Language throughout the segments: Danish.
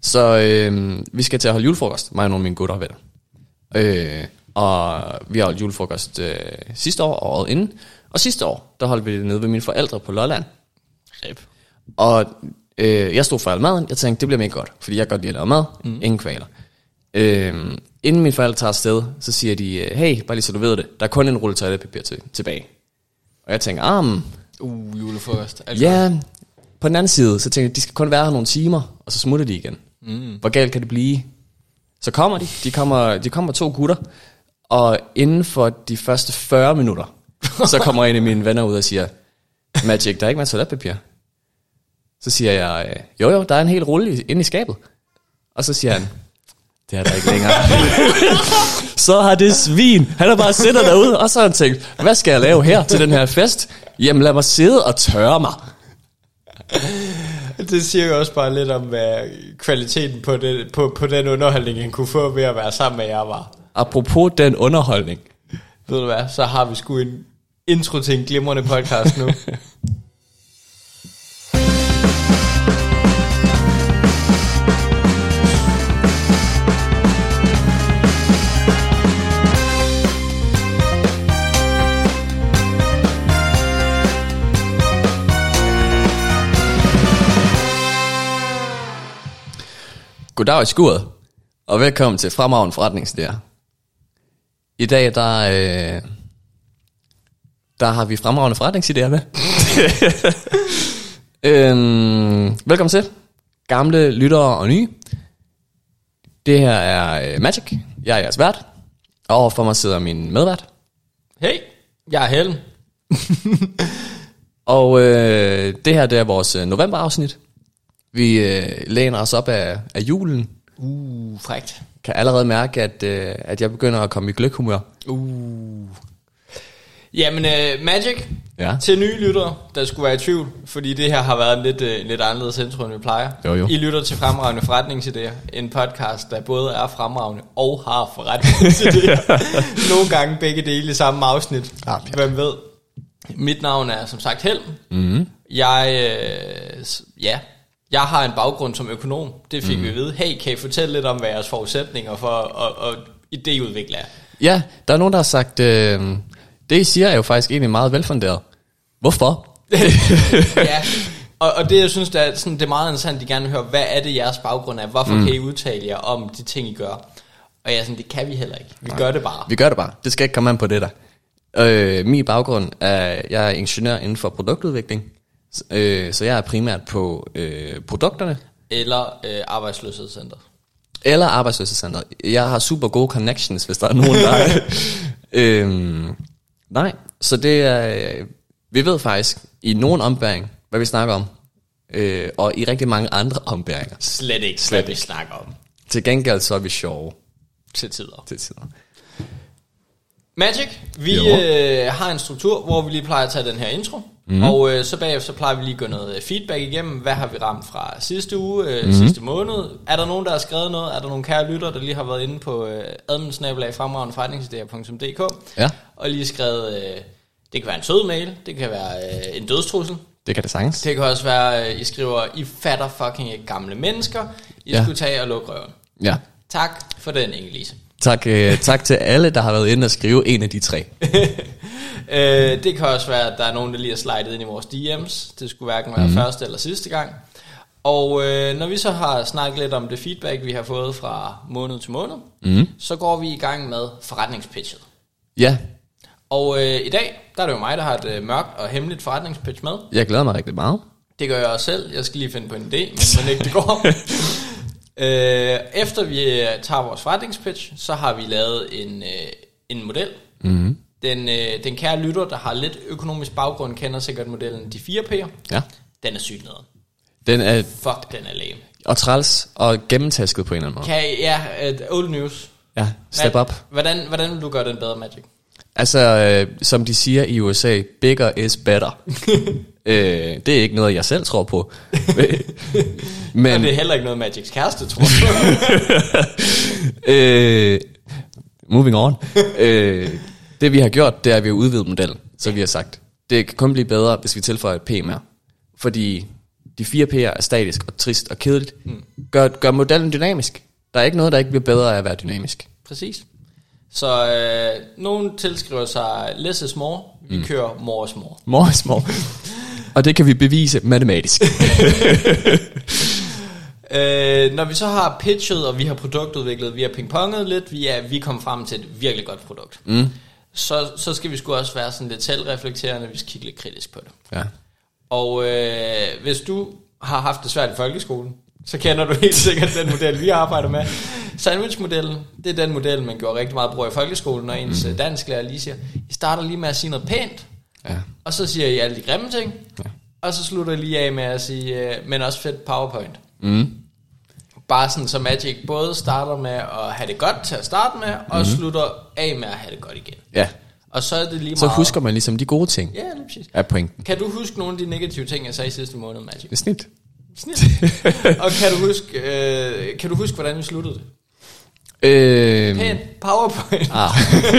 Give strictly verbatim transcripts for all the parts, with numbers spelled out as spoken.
Så øh, vi skal til at holde julefrokost, mig og nogle af mine gutter og venner. Øh, og vi har holdt julefrokost øh, sidste år og året inden. Og sidste år, der holdt vi det nede ved mine forældre på Lolland. Rip. Og øh, jeg stod for al maden. Jeg tænkte, det bliver mega godt, fordi jeg godt lide at lave mad. Mm. Ingen kvaler. Øh, inden mine forældre tager afsted, så siger de, hey, bare lige så du ved det, der er kun en rulle toiletpapir til, tilbage. Og jeg tænker, ah, men, Uh, julefrokost. ja, på den anden side, så tænker jeg, de skal kun være her nogle timer, og så smutter de igen. Mm. Hvor galt kan det blive? Så kommer de, de kommer, de kommer to gutter, og inden for de første fyrre minutter, så kommer en af mine venner ud og siger, Magic, der er ikke mere toiletpapir. Så siger jeg, jo jo, der er en hel rulle inde i skabet. Og så siger han, det er der ikke længere. Så har det svin, han har bare siddet derude, og så har han tænkt, hvad skal jeg lave her til den her fest? Jamen lad mig sidde og tørre mig. Det siger jo også bare lidt om, hvad kvaliteten på, det, på, på den underholdning, han kunne få ved at være sammen med jer var. Apropos den underholdning. Ved du hvad, så har vi sgu en intro til en glimrende podcast nu. Goddag i skuret, og velkommen til Fremragende Forretningsidéer. I dag, der, øh, der har vi fremragende forretningsidéer med. øhm, velkommen til, gamle lyttere og nye. Det her er øh, Magic, jeg er jeres vært, og overfor mig sidder min medvært. Hey, jeg er Helen. Og øh, det her, det er vores øh, november-afsnit. Vi øh, læner os op af, af julen. Uh, frækt. Kan allerede mærke, at, øh, at jeg begynder at komme i gløghumør. Uh. Jamen, uh, Magic, Ja. til nye lyttere, der skulle være i tvivl, fordi det her har været en lidt, uh, lidt anderledes intro, end vi plejer. Jo, jo. I lytter til Fremragende Forretningsidéer, en podcast, der både er fremragende og har forretningsidéer. Nogle gange begge dele i samme afsnit. Ja, ja. Hvem ved? Mit navn er som sagt Held. Mm-hmm. Jeg, øh, ja... Jeg har en baggrund som økonom. Det fik mm. vi at vide. Hey, kan I fortælle lidt om, hvad jeres forudsætninger for at, at idéudvikle er? Ja, der er nogen, der har sagt, øh, det I siger er jo faktisk egentlig meget velfunderet. Hvorfor? Ja, og, og det jeg synes, det er, sådan, det er meget interessant, de gerne vil høre, hvad er det jeres baggrund er? Hvorfor mm. kan I udtale jer om de ting, I gør? Og jeg er sådan, det kan vi heller ikke. Vi Nej. gør det bare. Vi gør det bare. Det skal ikke komme an på det der. Øh, min baggrund er, jeg er ingeniør inden for produktudvikling. Øh, så jeg er primært på øh, produkterne. Eller øh, arbejdsløshedscenter. Eller arbejdsløshedscenter. Jeg har super gode connections, hvis der er nogen, der er. øhm, Nej, så det er... Vi ved faktisk i nogen ombæring, hvad vi snakker om. Øh, og i rigtig mange andre ombæringer. Slet ikke, Slet hvad vi snakker om. Til gengæld så er vi sjove. Til tider. Til tider. Magic, vi øh, har en struktur, hvor vi lige plejer at tage den her intro. Mm. Og øh, så bagefter så plejer vi lige at gå noget feedback igennem. Hvad har vi ramt fra sidste uge, øh, mm. sidste måned? Er der nogen, der har skrevet noget? Er der nogle kære lytter, der lige har været inde på øh, admin snabel-a fremragende forretningsidéer punktum d k Ja. og lige skrevet, øh, det kan være en sød mail, det kan være øh, en dødstrussel. Det kan det sagtens. Det kan også være, øh, I skriver, I fatter fucking ikke gamle mennesker. I Ja. skulle tage og lukke røven. Ja. Tak for den, Inge-Lise. Tak, øh, tak til alle, der har været inde og skrive en af de tre. øh, det kan også være, at der er nogen, der lige har slidet ind i vores D M's. Det skulle hverken være mm. første eller sidste gang. Og øh, når vi så har snakket lidt om det feedback, vi har fået fra måned til måned, mm. så går vi i gang med forretningspitchet. Ja. Og øh, i dag, der er det jo mig, der har et øh, mørkt og hemmeligt forretningspitch med. Jeg glæder mig rigtig meget. Det gør jeg også selv. Jeg skal lige finde på en idé, men, men ikke det går. øh, efter vi tager vores forretningspitch, så har vi lavet en, øh, en model. Mm. Den, øh, den kære lytter, der har lidt økonomisk baggrund, kender sikkert modellen de fire P'er. Ja. Den er sygt nederen. Den er... Fuck, den er lame. Og træls og gennemtasket på en eller anden måde. Kan, ja, uh, old news. Ja, step Hvad, up. Hvordan, hvordan vil du gøre den bedre, Magic? Altså, øh, som de siger i U S A, bigger is better. øh, det er ikke noget, jeg selv tror på. Men og det er heller ikke noget, Magics kæreste tror på. øh, moving on. øh, det vi har gjort, det er, at vi har udvidet modellen. Så vi har sagt, det kan kun blive bedre, hvis vi tilføjer et P mere. Fordi de fire P'er er statisk og trist og kedeligt. Mm. gør, gør modellen dynamisk. Der er ikke noget, der ikke bliver bedre af at være dynamisk. Præcis. Så øh, nogen tilskriver sig less is more. Vi mm. kører more is more. More is more. Og det kan vi bevise matematisk. øh, når vi så har pitchet, og vi har produktudviklet, vi har pingponget lidt, vi er, vi er kommet frem til et virkelig godt produkt. Mm. Så, så skal vi sgu også være sådan lidt selvreflekterende, vi skal kigge lidt kritisk på det. Ja. Og øh, hvis du har haft det svært i folkeskolen, så kender du helt sikkert den model, vi arbejder med. Sandwich-modellen, det er den model, man gjorde rigtig meget brug af i folkeskolen, når ens mm. dansklærer lige siger, I starter lige med at sige noget pænt, ja. Og så siger I alle de grimme ting, ja. Og så slutter I lige af med at sige, men også fedt PowerPoint. Mm. Bare sådan, så Magic både starter med at have det godt til at starte med, og mm. slutter af med at have det godt igen. Ja. Og så er det lige så meget... husker man ligesom de gode ting. Ja, lige præcis. Er pointen. Kan du huske nogle af de negative ting, jeg sagde i sidste måned, Magic? Det er snit. Snit. Og kan du huske, øh, kan du huske, hvordan vi sluttede det? Øh... Pænt PowerPoint. Ah.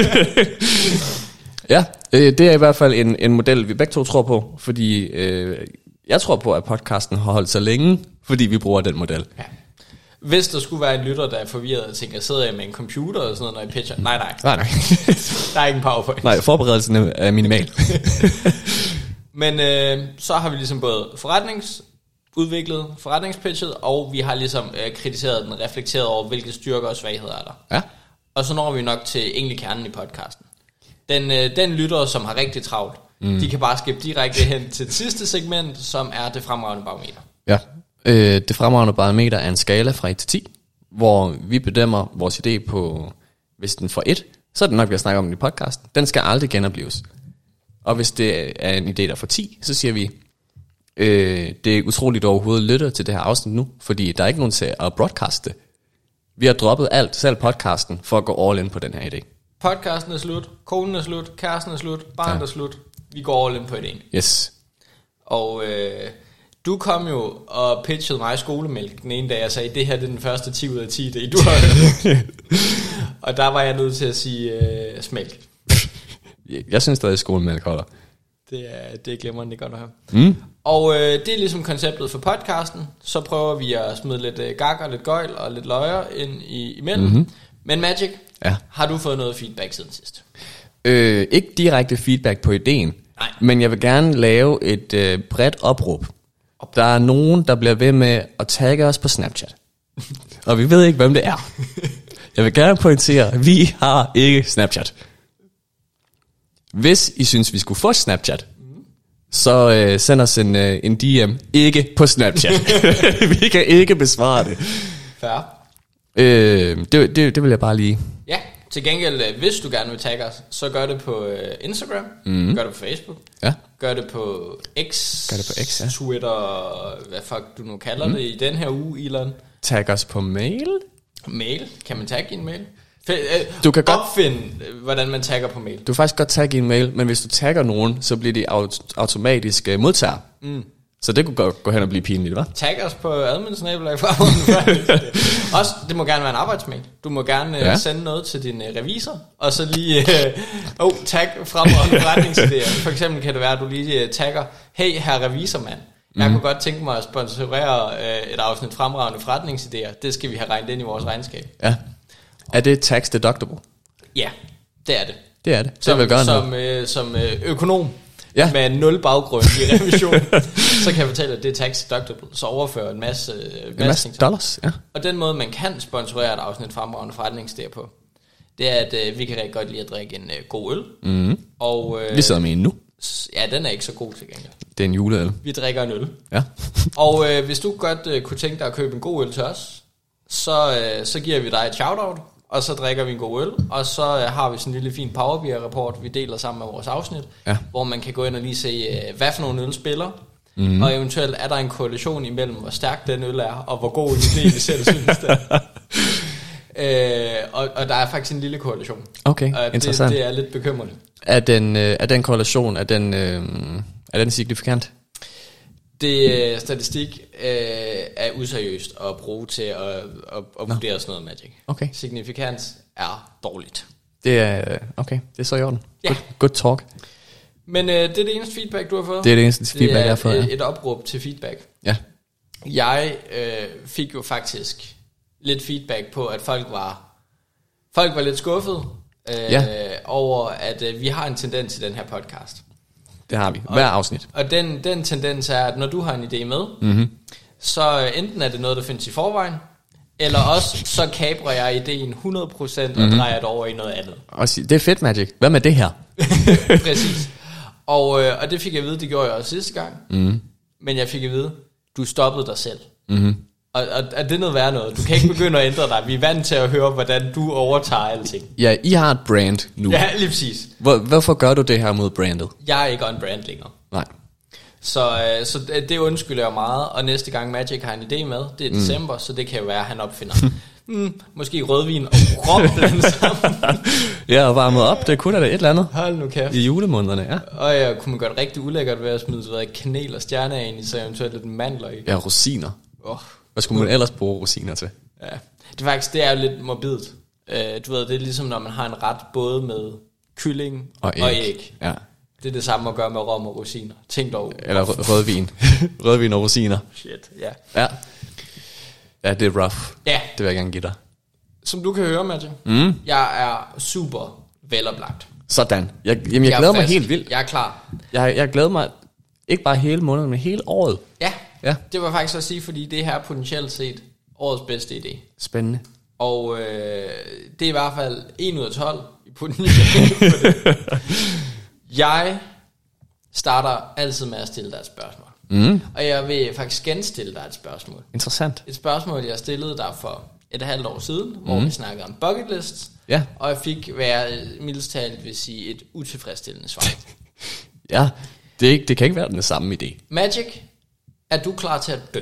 Ja, øh, det er i hvert fald en, en model, vi begge to tror på, fordi øh, jeg tror på, at podcasten har holdt så længe, fordi vi bruger den model. Ja. Hvis der skulle være en lytter, der er forvirret og tænker, sidder jeg med en computer og sådan noget, når jeg pitcher? Nej, nej. Nej, nej. Der er ikke en PowerPoint. Nej, forberedelsen er minimal. Men øh, så har vi ligesom både forretningsudviklet, forretningspitchet, og vi har ligesom øh, kritiseret den, reflekteret over, hvilke styrker og svagheder er der. Ja. Og så når vi nok til egentlig kernen i podcasten. Den, øh, den lytter, som har rigtig travlt, mm. de kan bare skifte direkte hen til det sidste segment, som er det fremragende barometer. Ja. Øh, det fremragende barometer er en skala fra et til ti, hvor vi bedømmer vores idé på, hvis den får et, så er det nok, vi har snakket om den i podcasten. Den skal aldrig genopleves. Og hvis det er en idé, der får ti, så siger vi, øh, det er utroligt overhovedet lytter til det her afsnit nu, fordi der er ikke nogen til at broadcaste. Vi har droppet alt, selv podcasten, for at gå all in på den her idé. Podcasten er slut, konen er slut, kæresten er slut, barnet ja. er slut. Vi går all in på idéen. Yes. Og øh, du kom jo og pitchede mig skolemælk den ene dag, og sagde, det her det er den første ti ud af ti idé, du har hørt. Og der var jeg nødt til at sige øh, smælk. Jeg synes stadig, at skolemælk holder. Det er, det er glemrende, det er godt at høre. Mm. Og øh, det er ligesom konceptet for podcasten. Så prøver vi at smide lidt øh, gak og lidt gøjl og lidt løjer ind i, imellem. Mm-hmm. Men Magic, ja. Har du fået noget feedback siden sidst? Øh, ikke direkte feedback på ideen. Nej. Men jeg vil gerne lave et øh, bredt opråb. Op. Der er nogen, der bliver ved med at tagge os på Snapchat. Og vi ved ikke, hvem det er. Jeg vil gerne pointere, at vi har ikke Snapchat. Hvis I synes, vi skulle få Snapchat, mm. så øh, send os en, øh, en D M. Ikke på Snapchat. Vi kan ikke besvare det. Fair. Øh, det, det, det vil jeg bare lige... Ja, til gengæld, hvis du gerne vil tagge os, så gør det på øh, Instagram, mm. gør det på Facebook, ja. Gør det på X, gør det på X ja. Twitter, hvad fuck du nu kalder mm. det i den her uge, Elon. Tag os på mail. Mail? Kan man tagge i en mail? Du kan godt opfinde, hvordan man tagger på mail. Du kan faktisk godt tagge i en mail, men hvis du tagger nogen, så bliver de aut- automatisk uh, modtager. Mm. Så det kunne gå, gå hen og blive pinligt, hva'? Tag os på admin-snabelag. Også, det må gerne være en arbejdsmail. Du må gerne ja. uh, sende noget til din uh, revisor, og så lige uh, oh, tag fremragende forretningsidéer. For eksempel kan det være, at du lige uh, tagger, hey, herr revisormand, jeg mm. kunne godt tænke mig at sponsorere uh, et afsnit fremragende forretningsidéer. Det skal vi have regnet ind i vores regnskab. Ja. Er det tax deductible? Ja, det er det. Det er det. Som, det vil gøre som, øh, som øh, økonom ja. Med nul baggrund i revision, så kan jeg fortælle, at det er tax deductible. Så overfører en masse, øh, en masse dollars. Ja. Og den måde, man kan sponsorere et afsnit fremragende forretningsidéer på, det er, at øh, vi kan rigtig godt lide at drikke en øh, god øl. Mm. Og, øh, vi sidder med en nu. Ja, den er ikke så god til gengæld. Det er en juleøl. Vi drikker en øl. Ja. Og øh, hvis du godt øh, kunne tænke dig at købe en god øl til os, så, øh, så giver vi dig et shoutout. Og så drikker vi en god øl, og så øh, har vi sådan en lille fin powerbeer-rapport, vi deler sammen med vores afsnit, ja. Hvor man kan gå ind og lige se, øh, hvad for nogle øl spiller, mm. og eventuelt er der en korrelation imellem, hvor stærk den øl er, og hvor god en idé vi selv synes det er. øh, og, og der er faktisk en lille korrelation. Okay, og interessant. Det, det er lidt bekymrende. Er den, øh, er den korrelation, er den, øh, er den signifikant? Det statistik øh, er useriøst at bruge til at, at, at vurdere no. sådan noget Magic. Okay. Signifikans er dårligt. Det er okay. Det er så i orden. Ja. Good, good talk. Men øh, det er det eneste feedback du har fået. Det er det eneste feedback jeg har fået. Det er ja. et opråb til feedback. Ja. Jeg øh, fik jo faktisk lidt feedback på, at folk var, folk var lidt skuffet øh, ja. over, at øh, vi har en tendens i den her podcast. Det har vi, hver afsnit. Og, og den, den tendens er, at når du har en idé med, mm-hmm. så enten er det noget, der findes i forvejen, eller også så kabrer jeg ideen hundrede procent og mm-hmm. drejer det over i noget andet. Også, det er fedt, Magic. Hvad med det her? Præcis. Og, øh, og det fik jeg at vide, det gjorde jeg også sidste gang. Mm-hmm. Men jeg fik at vide, du stoppede dig selv. Mm-hmm. Og, og, og det er noget værd noget. Du kan ikke begynde at ændre dig. Vi er vant til at høre, hvordan du overtager alting. Ja, I har et brand nu. Ja, lige præcis. Hvor, hvorfor gør du det her mod brandet? Jeg er ikke on brand længere. Nej. Så, øh, så det, det undskylder jeg meget. Og næste gang Magic har en idé med, det er december, mm. så det kan jo være, at han opfinder mm, måske rødvin og rom blandt sammen. Ja, og varmet op, det kunne da et eller andet. Hold nu kæft. I julemånederne, ja. Og jeg kunne man gøre det rigtig ulækkert ved at smide så kanel og stjerner ind i, så eventuelt lidt mandler i. Ja, rosiner. Oh. Hvad skulle man ellers bruge rosiner til? Ja, det er faktisk, det er jo lidt morbidt. Uh, du ved, det er ligesom når man har en ret både med kylling og æg. Og æg. Ja. Det er det samme at gøre med rom og rosiner. Tænk dog. Eller rødvin. Rødvin og rosiner. Shit, ja. Ja. Ja, det er rough. Ja. Det vil jeg gerne give dig. Som du kan høre, Mads, mm. jeg er super veloplagt. Sådan. Jeg, jamen, jeg, jeg glæder mig helt vildt. Jeg er klar. Jeg, jeg glæder mig ikke bare hele måneden, men hele året. Ja, ja. Det var faktisk at sige, fordi det her er potentielt set årets bedste idé. Spændende. Og øh, det er i hvert fald en ud af tolv i potentielt. Jeg starter altid med at stille dig et spørgsmål. Mm. Og jeg vil faktisk genstille dig et spørgsmål. Interessant. Et spørgsmål, jeg stillede dig for et halvt år siden, mm. hvor vi snakkede om bucket lists. Ja. Og jeg fik, hvad jeg mildest talt vil sige, et utilfredsstillende svar. Ja, det, er ikke, det kan ikke være den samme idé. Magic, er du klar til at dø?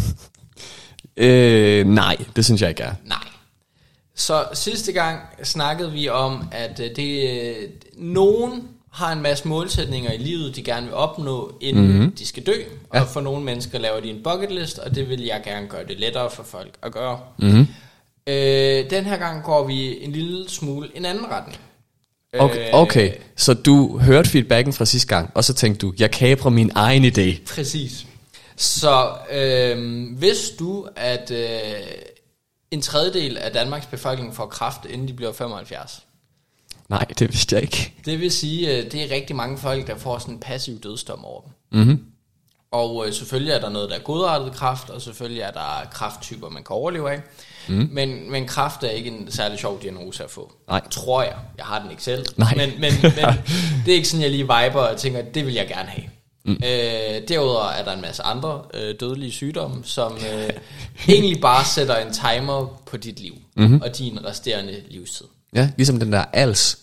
øh, nej, det synes jeg ikke er. Nej. Så sidste gang snakkede vi om, at det nogen har en masse målsætninger i livet, de gerne vil opnå, inden mm-hmm. de skal dø. Og ja. For nogle mennesker laver de en bucket list, og det vil jeg gerne gøre det lettere for folk at gøre. Mm-hmm. Øh, den her gang går vi en lille smule en anden retning. Okay, okay. Så du hørte feedbacken fra sidste gang, og så tænkte du, jeg kaprer min egen idé. Præcis. Så øh, hvis du, at øh, en tredjedel af Danmarks befolkning får kræft, inden de bliver femoghalvfjerds. Nej, det vidste jeg ikke. Det vil sige, det er rigtig mange folk, der får sådan en passiv dødsdom over dem. Mm-hmm. Og øh, selvfølgelig er der noget, der er godartet kræft, og selvfølgelig er der kræfttyper, man kan overleve af. Mm. Men, men kræft er ikke en særlig sjov diagnose at få. Nej. Tror jeg. Jeg har den ikke selv. Nej. Men, men, men det er ikke sådan, jeg lige viber og tænker, det vil jeg gerne have. Mm. Øh, derudover er der en masse andre øh, dødelige sygdomme, som øh, egentlig bare sætter en timer på dit liv, mm-hmm. og din resterende livstid. Ja, ligesom den der A L S.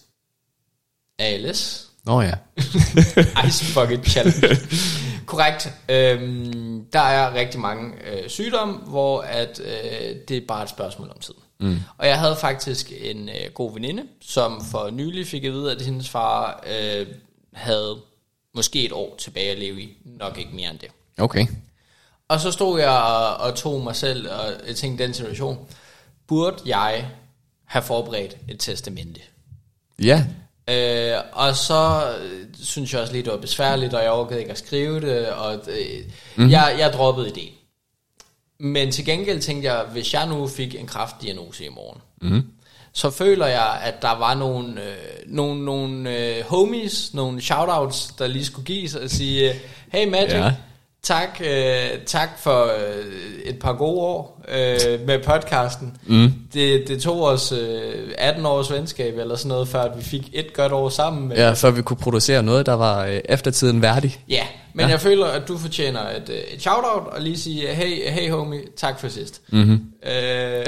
A L S? Åh oh, ja. Ice Bucket Challenge. Korrekt. Øhm, der er rigtig mange øh, sygdomme, hvor at, øh, det er bare et spørgsmål om tid. Mm. Og jeg havde faktisk en øh, god veninde, som for nylig fik at vide, at hendes far øh, havde måske et år tilbage at leve i. Nok ikke mere end det. Okay. Og så stod jeg og, og tog mig selv, og jeg tænkte, den situation, burde jeg have forberedt et testamente? Ja. Øh, og så synes jeg også lidt, det var besværligt, og jeg orkede ikke at skrive det, og øh, mm-hmm. jeg, jeg droppede ideen. Men til gengæld tænkte jeg, hvis jeg nu fik en kræftdiagnose i morgen, mm-hmm. så føler jeg, at der var nogle, øh, nogle, nogle øh, homies, nogle shoutouts, der lige skulle gives og sige, hey Magic, ja. tak, øh, tak for øh, et par gode år øh, med podcasten. Mm. Det, det tog os øh, atten års venskab eller sådan noget, før at vi fik et godt år sammen. Med, ja, før vi kunne producere noget, der var øh, eftertiden værdig. Ja, men ja. Jeg føler, at du fortjener et, et shoutout og lige sige, hey, hey homie, tak for sidst. Mm-hmm. Øh,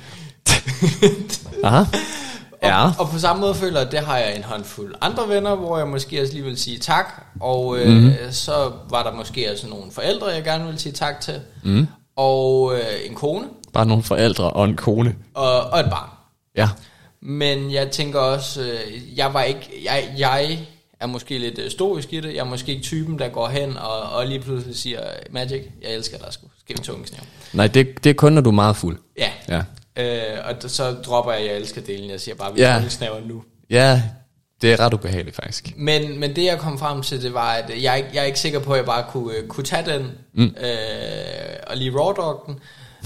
Aha. Ja. Og, og på samme måde føler jeg, at det har jeg en håndfuld andre venner, hvor jeg måske også lige vil sige tak. Og øh, mm-hmm. så var der måske også nogle forældre, jeg gerne vil sige tak til. Mm. Og øh, en kone. Bare nogle forældre og en kone. Og, og et barn. Ja. Men jeg tænker også, øh, jeg var ikke, jeg, jeg er måske lidt stoisk i det. Jeg er måske ikke typen, der går hen og, og lige pludselig siger, Magic, jeg elsker dig sgu. Skal vi tunge snæv? Nej, det, det er kun, når du er meget fuld. Ja. Ja. Øh, og så dropper jeg, jeg elsker delen. Jeg siger bare, vi ja. tunge snæver nu. Ja, Det er ret ubehageligt faktisk. Men, men det jeg kom frem til, det var, at jeg, jeg er ikke sikker på, at jeg bare kunne, kunne tage den mm. øh, og lige raw den.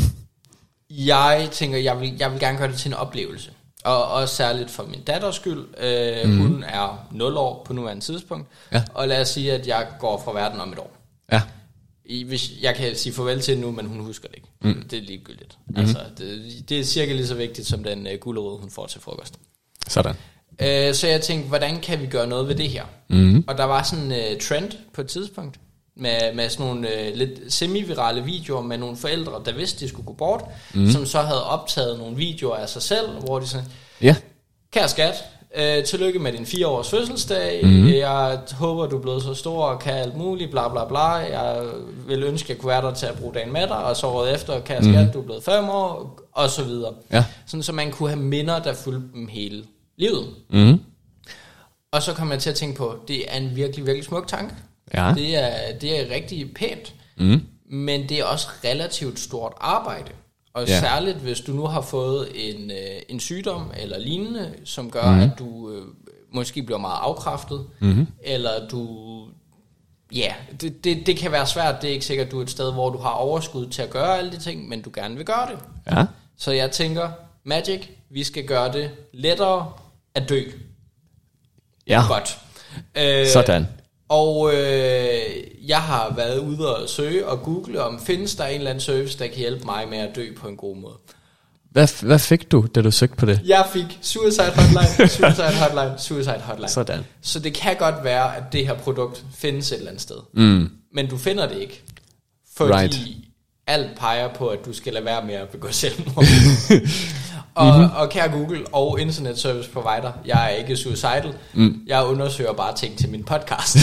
Jeg tænker, jeg vil, jeg vil gerne gøre det til en oplevelse. Og også særligt for min datters skyld. Øh, mm. Hun er nul år på nuværende tidspunkt. Ja. Og lad os sige, at jeg går fra verden om et år. Ja. I, hvis, jeg kan sige farvel til nu, men hun husker det ikke. Mm. Det er ligegyldigt. Mm. Altså, det, det er cirka lige så vigtigt som den uh, gulerod, hun får til frokost. Sådan. Uh, så jeg tænkte, hvordan kan vi gøre noget ved det her? Mm. Og der var sådan en uh, trend på et tidspunkt, med, med sådan nogle uh, lidt semi-virale videoer med nogle forældre, der vidste, de skulle gå bort, mm. som så havde optaget nogle videoer af sig selv, hvor de sådan, ja. Kære skat, uh, tillykke med din fire års fødselsdag, mm. jeg håber, du er blevet så stor og kan alt muligt, bla bla bla, jeg vil ønske, jeg kunne være der til at bruge dagen med dig, og så året efter, kære skat, mm. du er blevet fem år, og så videre. Ja. Sådan, så man kunne have minder, der fulgte dem hele livet. Mm. Og så kom jeg til at tænke på, det er en virkelig, virkelig smuk tanke. Ja. Det, er, det er rigtig pænt, mm. men det er også relativt stort arbejde. Og ja. Særligt, hvis du nu har fået en, øh, en sygdom eller lignende, som gør, mm. at du øh, måske bliver meget afkræftet, mm. eller du... Ja, det, det, det kan være svært. Det er ikke sikkert, at du er et sted, hvor du har overskud til at gøre alle de ting, men du gerne vil gøre det. Ja. Så jeg tænker, Magic, vi skal gøre det lettere at dø. Ja. Godt. Øh, Sådan. Og øh, jeg har været ude og søge og google, om findes der en eller anden service, der kan hjælpe mig med at dø på en god måde. Hvad, hvad fik du, da du søgte på det? Jeg fik Suicide Hotline, Suicide Hotline, Suicide Hotline. Sådan. Så det kan godt være, at det her produkt findes et eller andet sted. Mm. Men du finder det ikke. Fordi right. alt peger på, at du skal lade være med at begå selvmord. Og, mm-hmm. og kære Google og Internet Service Provider, jeg er ikke suicidal. Mm. Jeg undersøger bare ting til min podcast.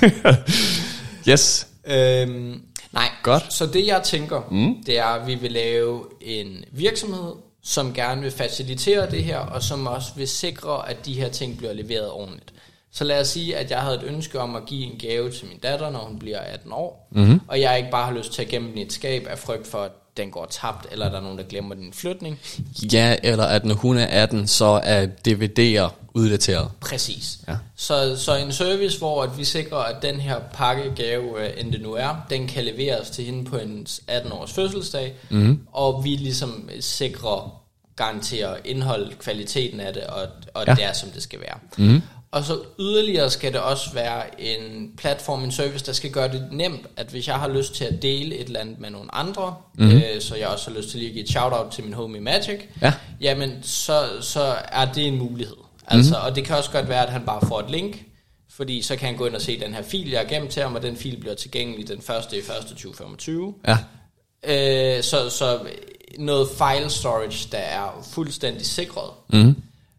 Yes. Øhm, nej, godt. Så det jeg tænker, mm. det er, at vi vil lave en virksomhed, som gerne vil facilitere det her, og som også vil sikre, at de her ting bliver leveret ordentligt. Så lad os sige, at jeg havde et ønske om at give en gave til min datter, når hun bliver atten år, mm-hmm. og jeg ikke bare har lyst til at gemme den i et skab af frygt for, at den går tabt, eller der er nogen, der glemmer den flytning. Ja, eller at når hun er atten, så er D V D'er uddateret. Præcis. Ja. Så, så en service, hvor at vi sikrer, at den her pakkegave, end det nu er, den kan leveres til hende på en atten års fødselsdag, mm-hmm. og vi ligesom sikrer, garanterer indholdet, kvaliteten af det, og, og ja. Det er, som det skal være. Mm-hmm. Og så yderligere skal det også være en platform, en service, der skal gøre det nemt, at hvis jeg har lyst til at dele et eller andet med nogle andre, mm-hmm. øh, så jeg også har lyst til lige at give et shout-out til min homie Magic, ja. Jamen så, så er det en mulighed. Altså, mm-hmm. Og det kan også godt være, at han bare får et link, fordi så kan han gå ind og se den her fil, jeg har gemt til ham, og den fil bliver tilgængelig den første i første tyve femogtyve. Ja. Øh, så, så noget file storage, der er fuldstændig sikret. Mm-hmm.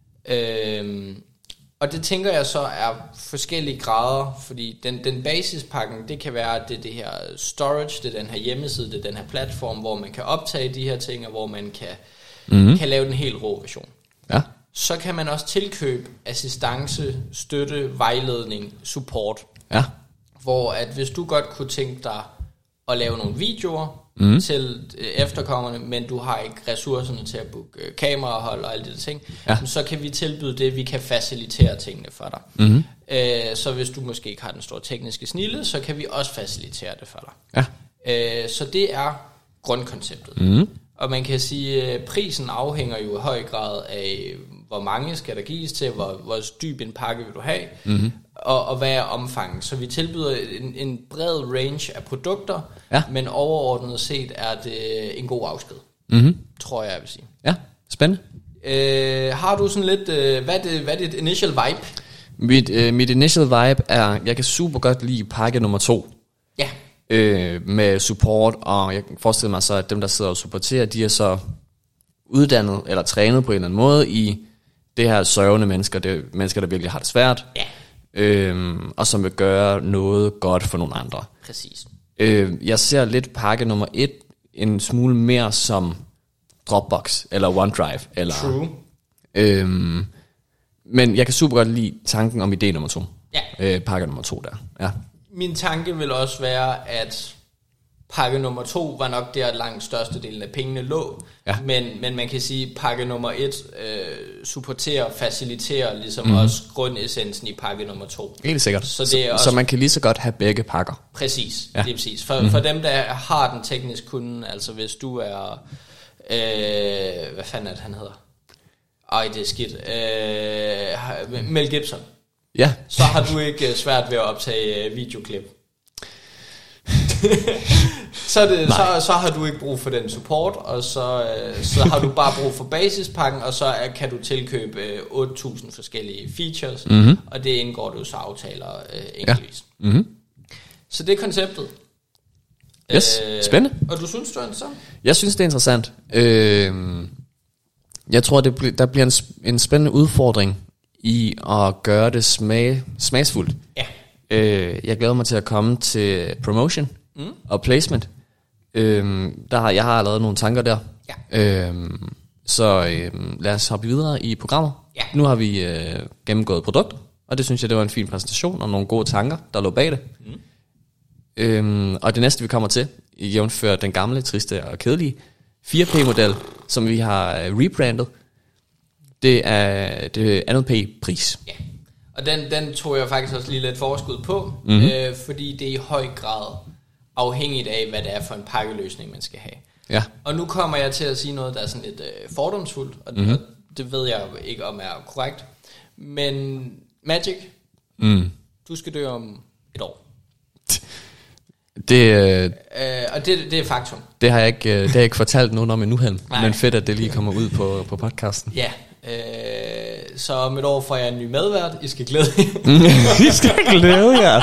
Øh, Og det tænker jeg så er forskellige grader, fordi den, den basispakken, det kan være, at det er det her storage, det er den her hjemmeside, det er den her platform, hvor man kan optage de her ting, og hvor man kan, mm-hmm. kan lave den helt rå version. Ja. Så kan man også tilkøbe assistance, støtte, vejledning, support. Ja. Hvor at hvis du godt kunne tænke dig at lave nogle videoer, Mm. til efterkommerne, men du har ikke ressourcerne til at booke øh, kamerahold og alle de der ting, ja. Så kan vi tilbyde det, vi kan facilitere tingene for dig. Mm-hmm. Øh, så hvis du måske ikke har den store tekniske snilde, så kan vi også facilitere det for dig. Ja. Øh, så det er grundkonceptet. Mm. Og man kan sige, at prisen afhænger jo i høj grad af, hvor mange skal der gives til, hvor, hvor dyb en pakke vil du have, mm-hmm. og, og hvad er omfanget. Så vi tilbyder en, en bred range af produkter, ja. Men overordnet set er det en god afsked, mm-hmm. tror jeg, jeg vil sige. Ja, spændende. Øh, har du sådan lidt, øh, hvad, er det, hvad er dit initial vibe? Mit, øh, mit initial vibe er, jeg kan super godt lide pakke nummer to. Ja. Øh, med support, og jeg kan forestille mig så, at dem, der sidder og supporterer, de er så uddannet eller trænet på en eller anden måde i det her sørgende mennesker, det er mennesker, der virkelig har det svært, ja. øh, og som vil gøre noget godt for nogle andre. Præcis. Øh, jeg ser lidt pakke nummer et en smule mere som Dropbox eller OneDrive. Eller, True. Øh, men jeg kan super godt lide tanken om idé nummer to. Ja. Øh, pakke nummer to der, ja. Min tanke vil også være, at pakke nummer to var nok der langt størstedelen af pengene lå, ja. men, men man kan sige, at pakke nummer et øh, supporterer, faciliterer ligesom mm-hmm. også grundessensen i pakke nummer to. Helt sikkert. Så, det er så, også, så man kan lige så godt have begge pakker. Præcis, ja. Det er præcis. For, mm-hmm. for dem, der har den teknisk kunde, altså hvis du er, øh, hvad fanden er det, han hedder? Ej, det er skidt. Øh, Mel Gibson. Ja. Så har du ikke svært ved at optage videoklip. så, det, så, så har du ikke brug for den support, og så, så har du bare brug for basispakken, og så kan du tilkøbe otte tusind forskellige features, mm-hmm. og det indgår du så aftaler øh, enkeltvis. Ja. Mm-hmm. Så det er konceptet. Yes, øh, spændende. Og du synes, det er interessant? Jeg synes, det er interessant. Øh, jeg tror, det bl- der bliver en, en spændende udfordring i at gøre det smag, smagsfuldt. Ja. Øh, jeg glæder mig til at komme til promotion mm. og placement. Øh, der har, jeg har allerede nogle tanker der. Ja. Øh, så øh, lad os hoppe videre i programmet. Ja. Nu har vi øh, gennemgået produkter, og det synes jeg, det var en fin præsentation og nogle gode tanker, der lå bag det. Mm. Øh, og det næste, vi kommer til, jævnfører den gamle, triste og kedelige fire P-model, som vi har rebrandet. Det er det andet P-pris. Ja. Og den, den tog jeg faktisk også lige lidt forskud på, mm-hmm. øh, fordi det er i høj grad afhængigt af, hvad det er for en pakkeløsning, man skal have. Ja. Og nu kommer jeg til at sige noget, der er sådan lidt øh, fordomsfuldt, og, mm-hmm. og det ved jeg ikke, om er korrekt. Men Magic, mm. du skal dø om et år. Det, øh, øh, og det, det er faktum. Det har jeg ikke, det har jeg ikke fortalt nogen om endnu, hen. Men fedt, at det lige kommer ud på, på podcasten. Ja. Øh, så om et år får jeg en ny medvært. I skal glæde jer. I skal glæde jer.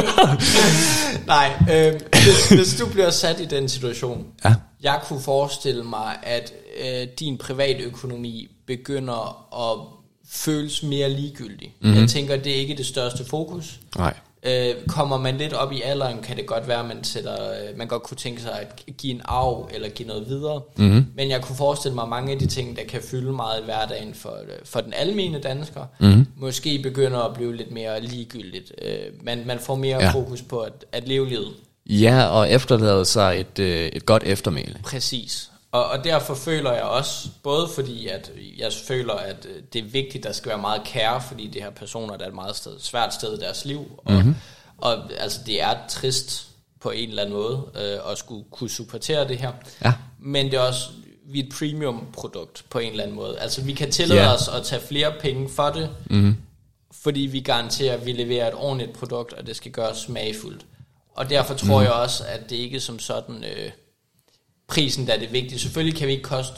Nej, øh, hvis, hvis du bliver sat i den situation, ja. Jeg kunne forestille mig, at øh, din privatøkonomi begynder at føles mere ligegyldig. Mm-hmm. Jeg tænker, det er ikke det største fokus. Nej. Øh, kommer man lidt op i alderen, kan det godt være, at man, sætter, øh, man godt kunne tænke sig at give en arv eller give noget videre. Mm-hmm. Men jeg kunne forestille mig, mange af de ting, der kan fylde meget i hverdagen for, for den almene dansker, mm-hmm. måske begynder at blive lidt mere ligegyldigt. Øh, man, man får mere ja. fokus på at, at leve livet. Ja, og efterlade sig et, øh, et godt eftermæle. Præcis. Og, og derfor føler jeg også, både fordi at jeg føler, at det er vigtigt, at der skal være meget kære, fordi det her personer, der er et meget sted, svært sted i deres liv. Og, mm-hmm. og altså, det er trist på en eller anden måde øh, at skulle kunne supportere det her. Ja. Men det er også, vi er et premium produkt på en eller anden måde. Altså vi kan tillade yeah. os at tage flere penge for det, mm-hmm. fordi vi garanterer, at vi leverer et ordentligt produkt, og det skal gøres smagfuldt. Og derfor tror mm. jeg også, at det ikke som sådan... Øh, prisen, der er det vigtige. Selvfølgelig kan vi ikke koste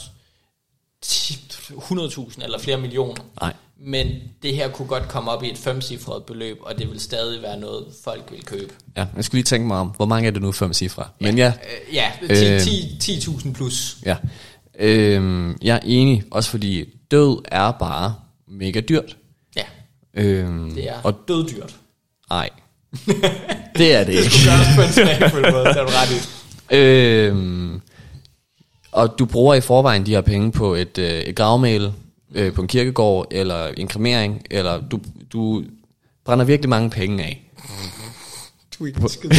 hundrede tusind eller flere millioner. Nej. Men det her kunne godt komme op i et femcifret beløb, og det vil stadig være noget, folk vil købe. Ja, jeg skulle lige tænke mig om, hvor mange er det nu femcifre? Men ja, øh, ja ti tusind plus. Ja, øh, jeg er enig, også fordi død er bare mega dyrt. Ja, øh, det er og døddyrt. Nej, det er det ikke. Det skulle gøres på en smagfuld måde, det er du ret i. Øh, og du bruger i forvejen de her penge på et, øh, et gravmæle, øh, på en kirkegård, eller en kremering, eller du, du brænder virkelig mange penge af. Du er ikke skide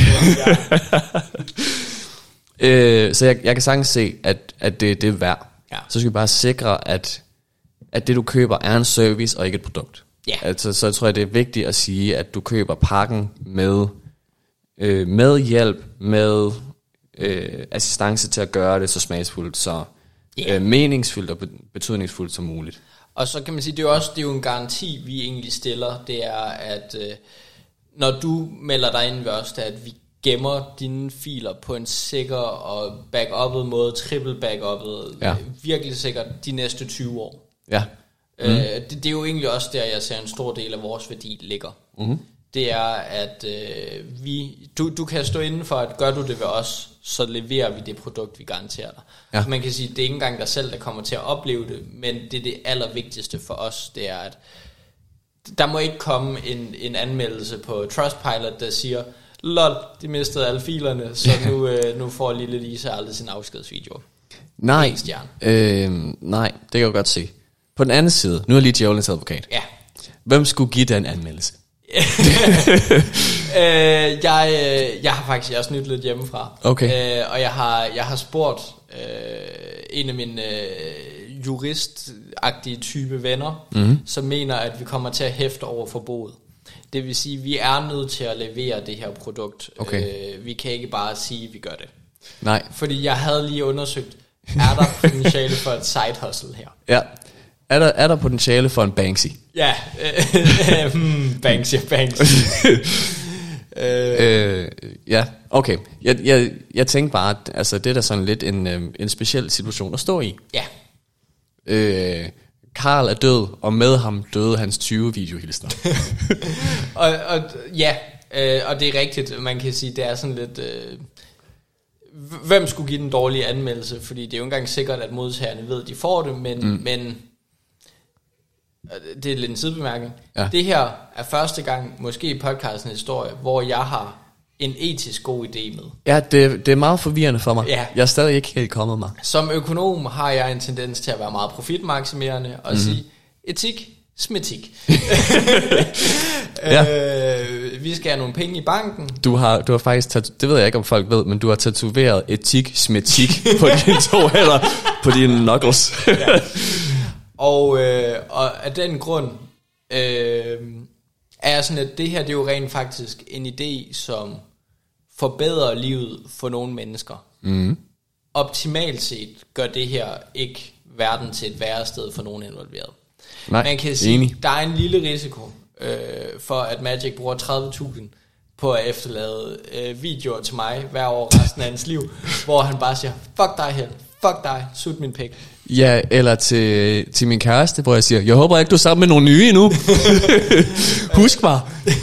øh, Så jeg, jeg kan sagtens se, at, at det, det er værd. Ja. Så skal vi bare sikre, at, at det du køber er en service, og ikke et produkt. Ja. Altså, så tror jeg, det er vigtigt at sige, at du køber pakken med, øh, med hjælp, med... Øh, assistance til at gøre det så smagsfuldt, så yeah. øh, meningsfuldt og betydningsfuldt som muligt. Og så kan man sige, det er jo også det er jo en garanti, vi egentlig stiller, det er, at øh, når du melder dig ind ved os, det er, at vi gemmer dine filer på en sikker og backup'et måde, triple backup'et, ja. virkelig sikkert de næste tyve år. Ja. Mm. Øh, det, det er jo egentlig også der, jeg ser en stor del af vores værdi ligger. Mm. Det er, at øh, vi, du, du kan stå inden for, at gør du det ved os, så leverer vi det produkt, vi garanterer dig. Ja. Man kan sige, det er ikke engang dig selv, der kommer til at opleve det, men det er det allervigtigste for os, det er, at der må ikke komme en, en anmeldelse på Trustpilot, der siger, lol, de mistede alle filerne, så nu, øh, nu får lille Lisa aldrig sin afskedsvideo. Nej, øh, nej, det kan jeg godt se. På den anden side, nu er lige djævelens advokat. Ja. Hvem skulle give den anmeldelse? øh, jeg, øh, jeg har faktisk jeg har snydt lidt hjemmefra. Okay. Øh, og jeg har, jeg har spurgt øh, en af mine øh, juristagtige type venner, mm-hmm. som mener, at vi kommer til at hæfte over forbruget. Det vil sige, at vi er nødt til at levere det her produkt. Okay. Øh, vi kan ikke bare sige, at vi gør det. Nej. Fordi jeg havde lige undersøgt, er der potentiale for et side hustle her? Ja. Er der, er der potentiale for en Banksy? Ja. Øh, hmm, Banksy, Banksy. øh, ja, okay. Jeg, jeg, jeg tænkte bare, at altså, det er da sådan lidt en, øh, en speciel situation at stå i. Ja. Øh, Karl er død, og med ham døde hans tyve videohilsner. og, og ja, øh, og det er rigtigt. Man kan sige, det er sådan lidt... Øh, hvem skulle give den dårlige anmeldelse? Fordi det er jo ikke engang sikkert, at modtagerne ved, at de får det, men... Mm. men det er lidt en sidebemærkning. Ja. Det her er første gang, måske i podcastens historie, hvor jeg har en etisk god idé med. Ja, det, det er meget forvirrende for mig. Ja. Jeg er stadig ikke helt kommet mig. Som økonom har jeg en tendens til at være meget profitmaksimerende og mm. sige, etik, smetik. ja. øh, vi skal have nogle penge i banken. Du har, du har faktisk, tatu- det ved jeg ikke om folk ved, men du har tatoveret etik, smetik på dine to hænder, på dine knuckles. ja. Og, øh, og af den grund øh, er sådan, at det her det er jo rent faktisk en idé, som forbedrer livet for nogle mennesker. Mm. Optimalt set gør det her ikke verden til et værre sted for nogen involveret. Nej, man kan sige, enig. Der er en lille risiko øh, for, at Magic bruger tredive tusind på at efterlade øh, videoer til mig hver år resten af hans liv, hvor han bare siger, fuck dig her, fuck dig, sut min pik. Ja, eller til, til min kæreste, hvor jeg siger, jeg håber ikke, du er sammen med nogle nye endnu. Husk mig.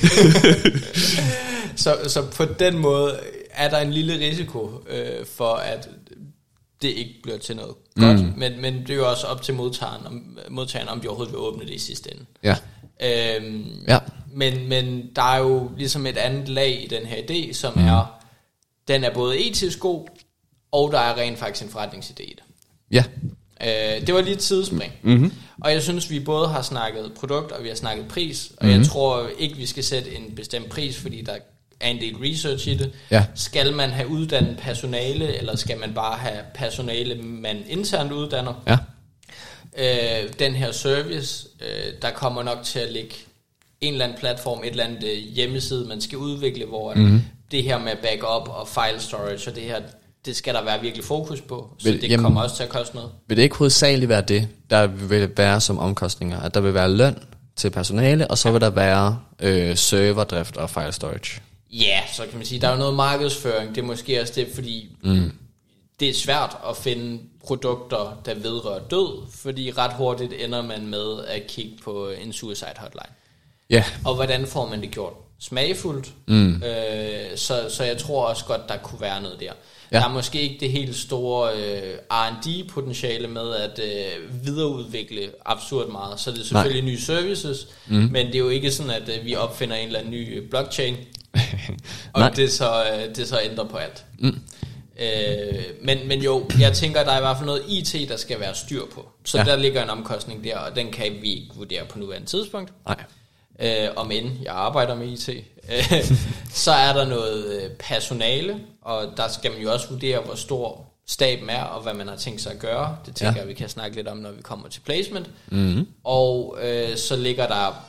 så, så på den måde er der en lille risiko øh, for, at det ikke bliver til noget godt. Mm. Men, men det er jo også op til modtageren, om, modtageren, om de overhovedet vil åbne det i sidste ende. Ja. Øhm, ja. Men, men der er jo ligesom et andet lag i den her idé, som mm. er, den er både etisk god, og der er rent faktisk en forretningsidé i det. Ja. Øh, det var lige et sidespring. Mm-hmm. Og jeg synes, vi både har snakket produkt, og vi har snakket pris. Og mm-hmm. jeg tror ikke, vi skal sætte en bestemt pris, fordi der er en del research i det. Ja. Skal man have uddannet personale, eller skal man bare have personale, man internt uddanner? Ja. Øh, den her service, øh, der kommer nok til at ligge en eller anden platform, et eller andet hjemmeside, man skal udvikle, hvor mm-hmm. det her med backup og file storage og det her, det skal der være virkelig fokus på, så vil, det jamen, kommer også til at koste noget. Vil det ikke hovedsageligt være det, der vil være som omkostninger? At der vil være løn til personale, og så vil der være øh, serverdrift og file storage? Ja, så kan man sige, der er jo noget markedsføring, det er måske også det, fordi mm. det er svært at finde produkter, der vedrører død, fordi ret hurtigt ender man med at kigge på en suicide hotline. Ja. Yeah. Og hvordan får man det gjort? Smagfuldt. Mm. Øh, så, så jeg tror også godt, der kunne være noget der. Ja. Der er måske ikke det helt store øh, R and D-potentiale med at øh, videreudvikle absurd meget. Så det er selvfølgelig Nej. nye services, mm. men det er jo ikke sådan, at øh, vi opfinder en eller anden ny blockchain, og det så, øh, det så ændrer på alt. Mm. Øh, men, men jo, jeg tænker, der er i hvert fald noget I T, der skal være styr på. Så ja. Der ligger en omkostning der, og den kan vi ikke vurdere på nuværende tidspunkt. Nej. Øh, om end jeg arbejder med I T, øh, så er der noget personale, og der skal man jo også vurdere, hvor stor staben er, og hvad man har tænkt sig at gøre. Det tænker ja. jeg, vi kan snakke lidt om, når vi kommer til placement. Mm-hmm. Og øh, så ligger der,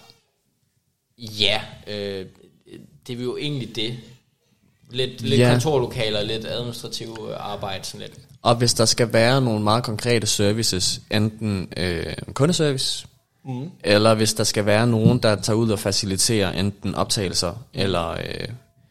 ja, øh, det er jo egentlig det. Lidt, lidt ja. kontorlokaler, lidt administrativ arbejde, sådan lidt. Og hvis der skal være nogle meget konkrete services, enten øh, kundeservice, Mm. eller hvis der skal være nogen, der tager ud og faciliterer enten optagelser mm. eller øh,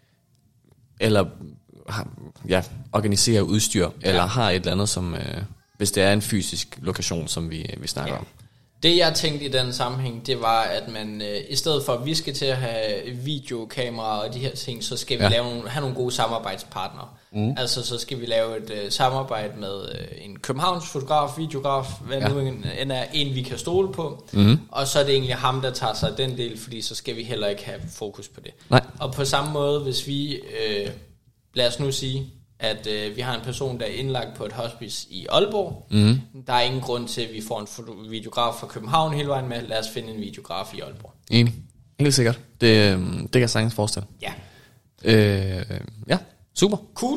eller ja, organiserer udstyr, ja. eller har et eller andet, som øh, hvis det er en fysisk lokation, som vi, vi snakker ja. om. Det jeg tænkte i den sammenhæng, det var, at man øh, i stedet for at vi skal til at have videokameraer og de her ting, så skal vi ja. lave nogle, have nogle gode samarbejdspartnere. Mm. Altså så skal vi lave et øh, samarbejde med øh, en Københavns fotograf, videograf, hvad ja. nu en, en er en vi kan stole på. Mm. Og så er det egentlig ham, der tager sig den del, fordi så skal vi heller ikke have fokus på det. Nej. Og på samme måde, hvis vi, øh, lad os nu sige, at øh, vi har en person, der er indlagt på et hospice i Aalborg. Mm. Der er ingen grund til, at vi får en foto- videograf fra København hele vejen med. Lad os finde en videograf i Aalborg. Enig. Helt sikkert. Det, det kan jeg sagtens forestille. Ja. Øh, ja, super. Cool.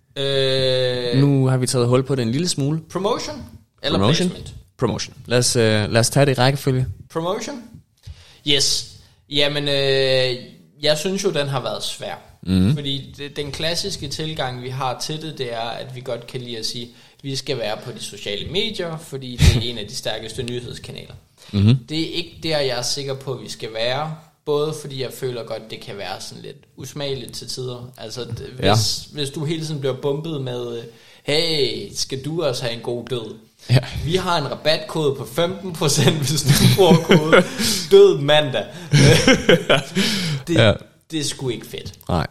Øh, Nu har vi taget hul på det en lille smule. promotion eller Promotion. placement? Promotion. Lad os, øh, lad os tage det i rækkefølge. Promotion? Yes. Jamen, øh, jeg synes jo, den har været svær. Mm. Fordi det, den klassiske tilgang, vi har til det, det er, at vi godt kan lide at sige, at vi skal være på de sociale medier, fordi det er en af de stærkeste nyhedskanaler. Mm-hmm. Det er ikke der, jeg er sikker på, at vi skal være. Både fordi jeg føler godt, det kan være sådan lidt usmageligt til tider. Altså, hvis, ja. hvis du hele tiden bliver bumpet med, hey, skal du også have en god død? Ja. Vi har en rabatkode på femten procent, hvis du bruger kode død mandag. det, ja. det er sgu ikke fedt. Nej.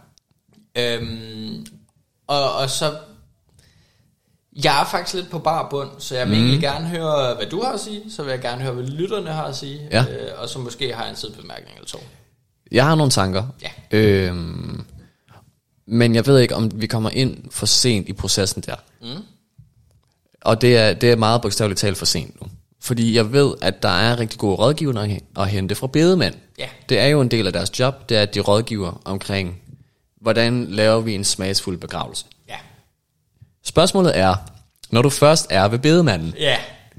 Øhm, og, og så jeg er faktisk lidt på bar bund, så jeg vil mm. egentlig gerne høre, hvad du har at sige. Så vil jeg gerne høre, hvad lytterne har at sige. Ja. øh, Og så måske har jeg en sidebemærkning eller to. Jeg har nogle tanker. Ja. øhm, Men jeg ved ikke, om vi kommer ind for sent i processen der. Mm. Og det er, det er meget bogstaveligt talt for sent nu. Fordi jeg ved, at der er rigtig gode rådgivere at hente fra bedemænd. Ja. Det er jo en del af deres job, det er, at de rådgiver omkring, hvordan laver vi en smagsfuld begravelse. Ja. Spørgsmålet er, når du først er ved bedemanden, ja.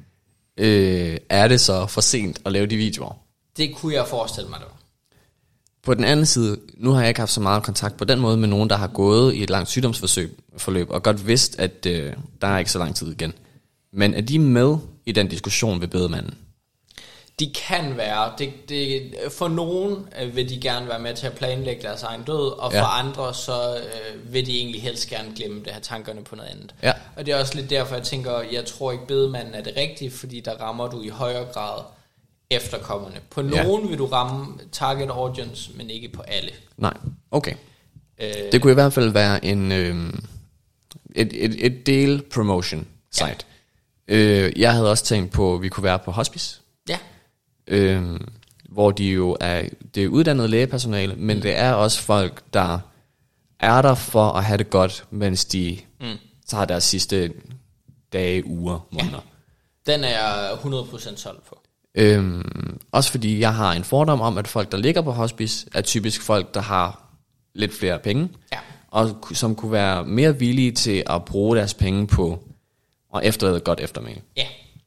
øh, er det så for sent at lave de videoer? Det kunne jeg forestille mig, det var. På den anden side, nu har jeg ikke haft så meget kontakt på den måde med nogen, der har gået i et langt sygdomsforløb, og godt vidst, at øh, der er ikke så lang tid igen. Men er de med i den diskussion ved bedemanden? De kan være. Det, det, for nogen øh, vil de gerne være med til at planlægge deres egen død, og for ja. andre så øh, vil de egentlig helst gerne glemme det, have tankerne på noget andet. Ja. Og det er også lidt derfor, jeg tænker, jeg tror ikke bedemanden er det rigtige, fordi der rammer du i højere grad efterkommerne. På nogen ja. vil du ramme target audience, men ikke på alle. Nej, okay. Øh, det kunne i hvert fald være en øh, et, et, et del promotion site. Ja. Øh, jeg havde også tænkt på, at vi kunne være på hospice. Ja. Øh, hvor de jo er, det er uddannet lægepersonale, men mm. det er også folk, der er der for at have det godt, mens de mm. tager deres sidste dage, uger, måneder. Ja. Den er jeg hundrede procent solgt på. Øhm, også fordi jeg har en fordom om, at folk, der ligger på hospice, er typisk folk, der har lidt flere penge, ja. og som kunne være mere villige til at bruge deres penge på at efterlade et godt eftermæle. Ja.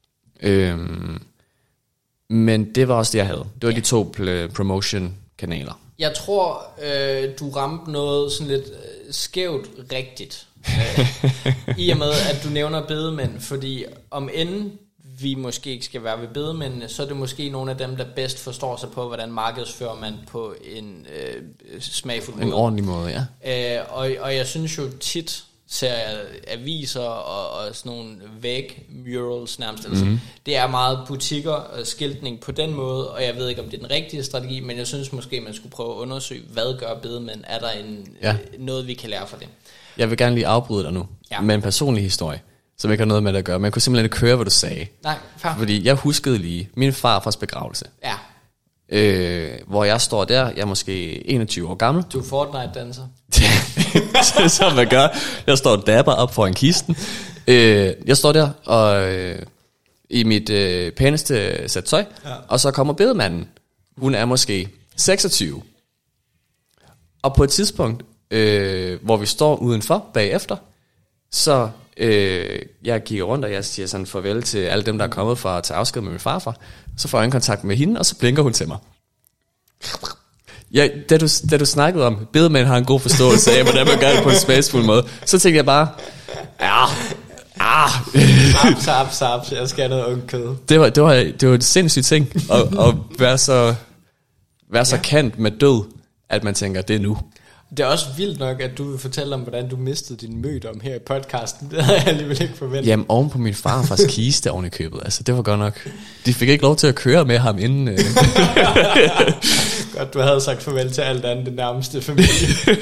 Øhm, men det var også det, jeg havde. Det var ja. de to promotion-kanaler. Jeg tror, øh, du ramte noget sådan lidt øh, skævt rigtigt, øh, i og med, at du nævner bedemænd, fordi om end vi måske ikke skal være ved bedemændene, så er det måske nogle af dem, der bedst forstår sig på, hvordan markedsfører man på en øh, smagfuld måde. En ordentlig måde, ja. Øh, og, og jeg synes jo tit, ser jeg aviser og, og sådan nogle væg-murals nærmest. Mm-hmm. Altså, det er meget butikker og skiltning på den måde, og jeg ved ikke, om det er den rigtige strategi, men jeg synes måske, man skulle prøve at undersøge, hvad gør bedemænd? Er der en, ja. noget, vi kan lære fra det? Jeg vil gerne lige afbryde dig nu ja. med en personlig historie, som ikke har noget med det at gøre. Men jeg kunne simpelthen ikke høre, hvad du sagde. Nej, far. Fordi jeg huskede lige min farfars begravelse. Ja. Øh, hvor jeg står der, jeg er måske enogtyve år gammel. Du er Fortnite-danser. Det er sådan, man gør. Jeg står og dabber op foran kisten. øh, Jeg står der og øh, i mit øh, pæneste sæt tøj, ja. Og så kommer bedemanden. Hun er måske seksogtyve. Og på et tidspunkt, øh, hvor vi står udenfor bagefter, så øh, jeg kigger rundt, og jeg siger sådan farvel til alle dem, der er kommet for at tage afsked med min farfar. Så får jeg en kontakt med hende, og så blinker hun til mig. Ja, da, du, da du snakkede om, bedemænd har en god forståelse af, hvordan man gør det på en smagfuld måde, så tænkte jeg bare, ja, ah. Aps, aps, aps, jeg skal have noget ung kød. Det var, det var, det var en sindssyg ting, at, at være så, være så ja. kant med død, at man tænker, det er nu. Det er også vildt nok, at du vil fortælle om, hvordan du mistede din mødom her i podcasten. Det havde jeg alligevel ikke forventet. Jamen, oven på min farfars kiste oven i købet. Altså, det var godt nok. De fik ikke lov til at køre med ham inden. Øh. Godt, du havde sagt farvel til alt andet, det nærmeste familie.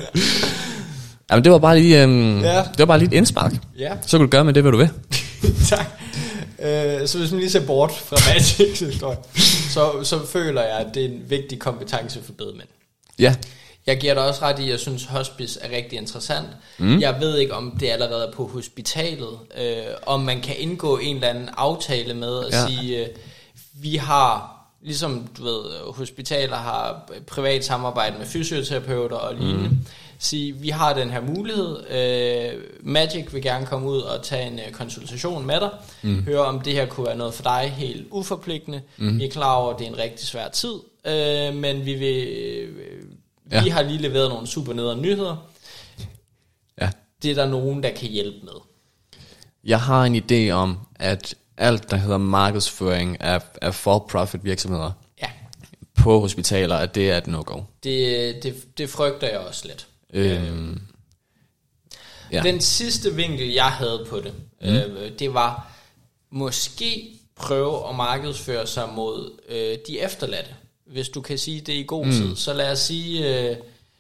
Jamen, det var bare lige, øhm, ja. det var bare lige et indspark. Ja. Så kan du gøre med det, hvad du vil. Tak. Øh, så hvis man lige ser bort fra Magics historie, så, så føler jeg, at det er en vigtig kompetence for bedemænd. Ja. Jeg giver dig også ret i, at jeg synes, hospice er rigtig interessant. Mm. Jeg ved ikke, om det allerede er på hospitalet, øh, om man kan indgå en eller anden aftale med at ja. sige, øh, vi har ligesom du ved, hospitaler har privat samarbejde med fysioterapeuter og lignende, mm. sige, vi har den her mulighed, uh, Magic vil gerne komme ud og tage en uh, konsultation med dig, mm. høre om det her kunne være noget for dig, helt uforpligtende, mm. vi er klar over, at det er en rigtig svær tid, uh, men vi vil, uh, ja. vi har lige leveret nogle super nedre nyheder, ja. Det er der nogen, der kan hjælpe med. Jeg har en idé om, at alt, der hedder markedsføring af, af for-profit virksomheder ja. På hospitaler, at det er et no-go. Det, det, det frygter jeg også lidt. Øhm, ja. Den sidste vinkel, jeg havde på det, mm. øh, det var måske prøve at markedsføre sig mod øh, de efterladte. Hvis du kan sige det i god mm. tid. Så lad os sige, øh,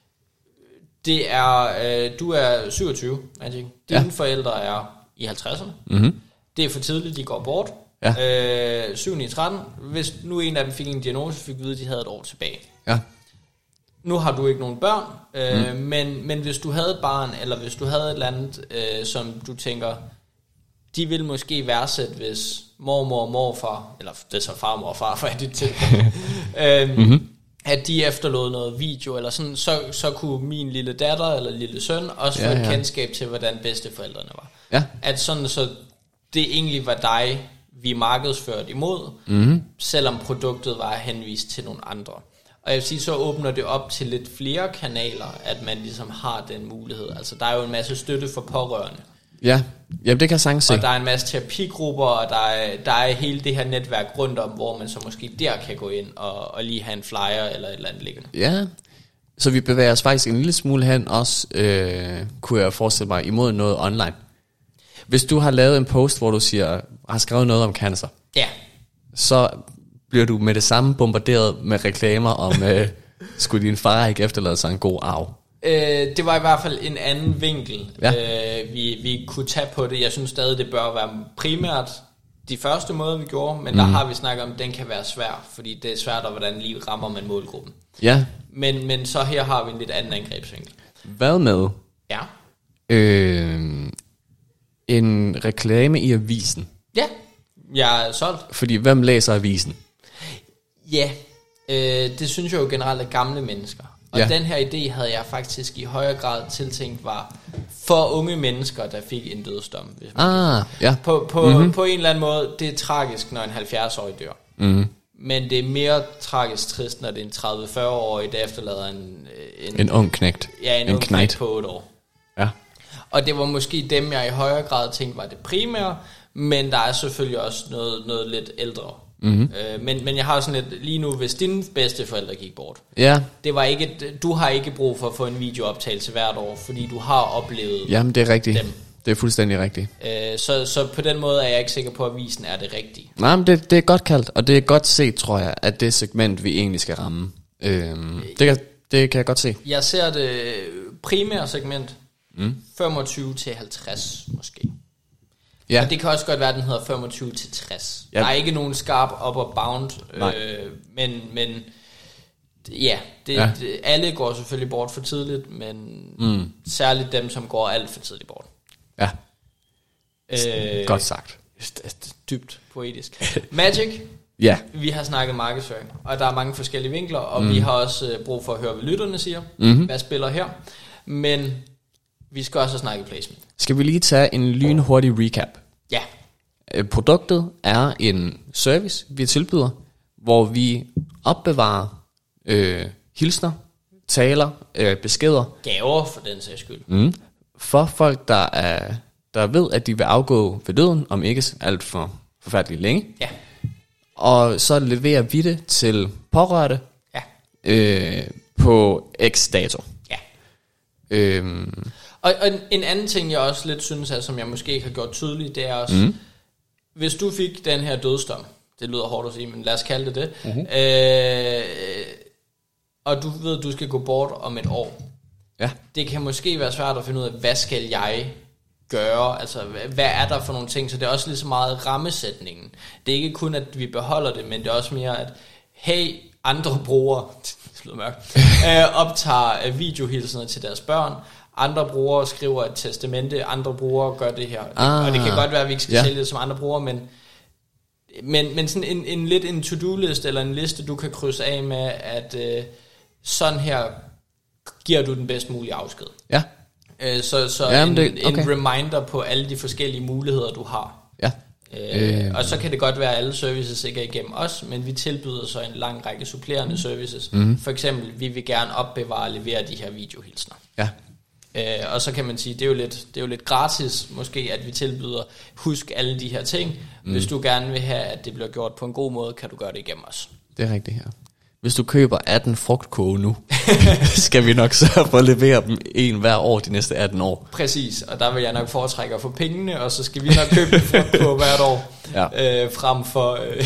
det er, øh, du er syvogtyve, Magic. Dine ja. Forældre er i halvtredserne. Mm-hmm. Det er for tidligt, de går bort. Ja. Øh, syv ni tretten. Hvis nu en af dem fik en diagnose, fik vi vide, at de havde et år tilbage. Ja. Nu har du ikke nogen børn, øh, mm. men, men hvis du havde et barn, eller hvis du havde et eller andet, øh, som du tænker, de vil måske værdsætte, hvis mormor og morfar, eller det er så farmor og farfar i dit tilfælde, øh, mm-hmm. at de efterlod noget video, eller sådan, så, så kunne min lille datter eller lille søn også ja, få et ja. kendskab til, hvordan bedsteforældrene var. Ja. At sådan, så det egentlig var dig, vi markedsførte imod, mm-hmm. selvom produktet var henvist til nogle andre. Og jeg vil sige, så åbner det op til lidt flere kanaler, at man ligesom har den mulighed. Altså, der er jo en masse støtte for pårørende. Ja, jamen det kan jeg sagtens se. Og der er en masse terapigrupper, og der er, der er hele det her netværk rundt om, hvor man så måske der kan gå ind og, og lige have en flyer eller et eller andet liggende. Ja, så vi bevæger os faktisk en lille smule hen også, øh, kunne jeg forestille mig, imod noget online. Hvis du har lavet en post, hvor du siger, har skrevet noget om cancer, ja. Så bliver du med det samme bombarderet med reklamer om, øh, skulle din far ikke efterlade sig en god arv? Øh, det var i hvert fald en anden vinkel, ja. øh, vi, vi kunne tage på det. Jeg synes stadig, det bør være primært de første måder, vi gjorde, men mm. der har vi snakket om, at den kan være svær, fordi det er svært, at hvordan lige rammer man målgruppen. Ja. Men, men så her har vi en lidt anden angrebsvinkel. Hvad med? Ja. Øh, en reklame i avisen. Ja, jeg er solgt. Fordi hvem læser avisen? Ja, øh, det synes jeg jo generelt er gamle mennesker. Og ja. Den her idé havde jeg faktisk i højere grad tiltænkt var for unge mennesker, der fik en dødsdom. Hvis ah, ja. På, på, mm-hmm. på en eller anden måde, det er tragisk, når en halvfjerds-årig dør. Mm-hmm. Men det er mere tragisk trist, når det er en tredive til fyrre-årig, der efterlader en... En, en ung knægt. Ja, en, en ung knægt på otte år. Ja. Og det var måske dem, jeg i højere grad tænkte var det primære, men der er selvfølgelig også noget, noget lidt ældre. Mm-hmm. Øh, men, men jeg har sådan lidt, lige nu, hvis dine bedsteforældre gik bort, ja. Det var ikke, du har ikke brug for at få en videooptagelse hvert år, fordi du har oplevet Jamen, det er rigtigt. Dem. Det er fuldstændig rigtigt. Øh, så, så på den måde er jeg ikke sikker på, at avisen er det rigtige. Nej, men det, det er godt kaldt, og det er godt set, tror jeg, at det segment, vi egentlig skal ramme. Øhm, det, kan, det kan jeg godt se. Jeg ser det primære segment, mm. femogtyve til halvtreds måske. Ja. Og det kan også godt være, at den hedder femogtyve til tres. Ja. Der er ikke nogen skarp upper bound, øh, men, men ja, det, ja. Det, alle går selvfølgelig bort for tidligt, men mm. særligt dem, som går alt for tidligt bort. Ja, øh, godt sagt. Dybt poetisk. Magic, ja. Vi har snakket markedsføring, og der er mange forskellige vinkler, og mm. vi har også brug for at høre, hvad lytterne siger. Mm-hmm. Hvad spiller her? Men vi skal også snakke placement. Skal vi lige tage en lynhurtig recap? Ja. Produktet er en service, vi tilbyder, hvor vi opbevarer øh, hilsner, taler, øh, beskeder. Gaver for den sags skyld. Mm, for folk, der, er, der ved, at de vil afgå ved døden, om ikke alt for forfærdeligt længe. Ja. Og så leverer vi det til pårørte ja. øh, på x dato. Ja. Øhm, Og, og en anden ting, jeg også lidt synes er, som jeg måske ikke har gjort tydeligt, det er også, mm. hvis du fik den her dødsdom, det lyder hårdt at sige, men lad os kalde det det, mm-hmm. øh, og du ved, at du skal gå bort om et år. Ja. Det kan måske være svært at finde ud af, hvad skal jeg gøre, altså hvad er der for nogle ting, så det er også lige så meget rammesætningen. Det er ikke kun, at vi beholder det, men det er også mere, at hey, andre brugere, det lyder mørkt, øh, optager videohilsener til deres børn, andre brugere skriver et testamente, andre brugere gør det her. Ah, og det kan godt være, at vi ikke skal ja. sælge det som andre brugere, men Men, men sådan en, en lidt en to-do-liste, eller en liste, du kan krydse af med, at øh, sådan her giver du den bedst mulige afsked. Ja. Øh, så så Jamen, en, det, okay. en reminder på alle de forskellige muligheder, du har. Ja. Øh, øh. Og så kan det godt være, at alle services ikke er igennem os, men vi tilbyder så en lang række supplerende services. Mm-hmm. For eksempel, vi vil gerne opbevare og levere de her videohilsner. Ja. Øh, og så kan man sige, det er jo lidt, det er jo lidt gratis måske, at vi tilbyder, husk alle de her ting. Mm. Hvis du gerne vil have, at det bliver gjort på en god måde, kan du gøre det igennem os. Det er rigtigt her. Hvis du køber atten frugtkoge nu, skal vi nok sørge for at levere dem en hver år de næste atten år. Præcis, og der vil jeg nok foretrække at få pengene, og så skal vi nok købe en frugtkoge hvert år, ja. øh, frem for... Øh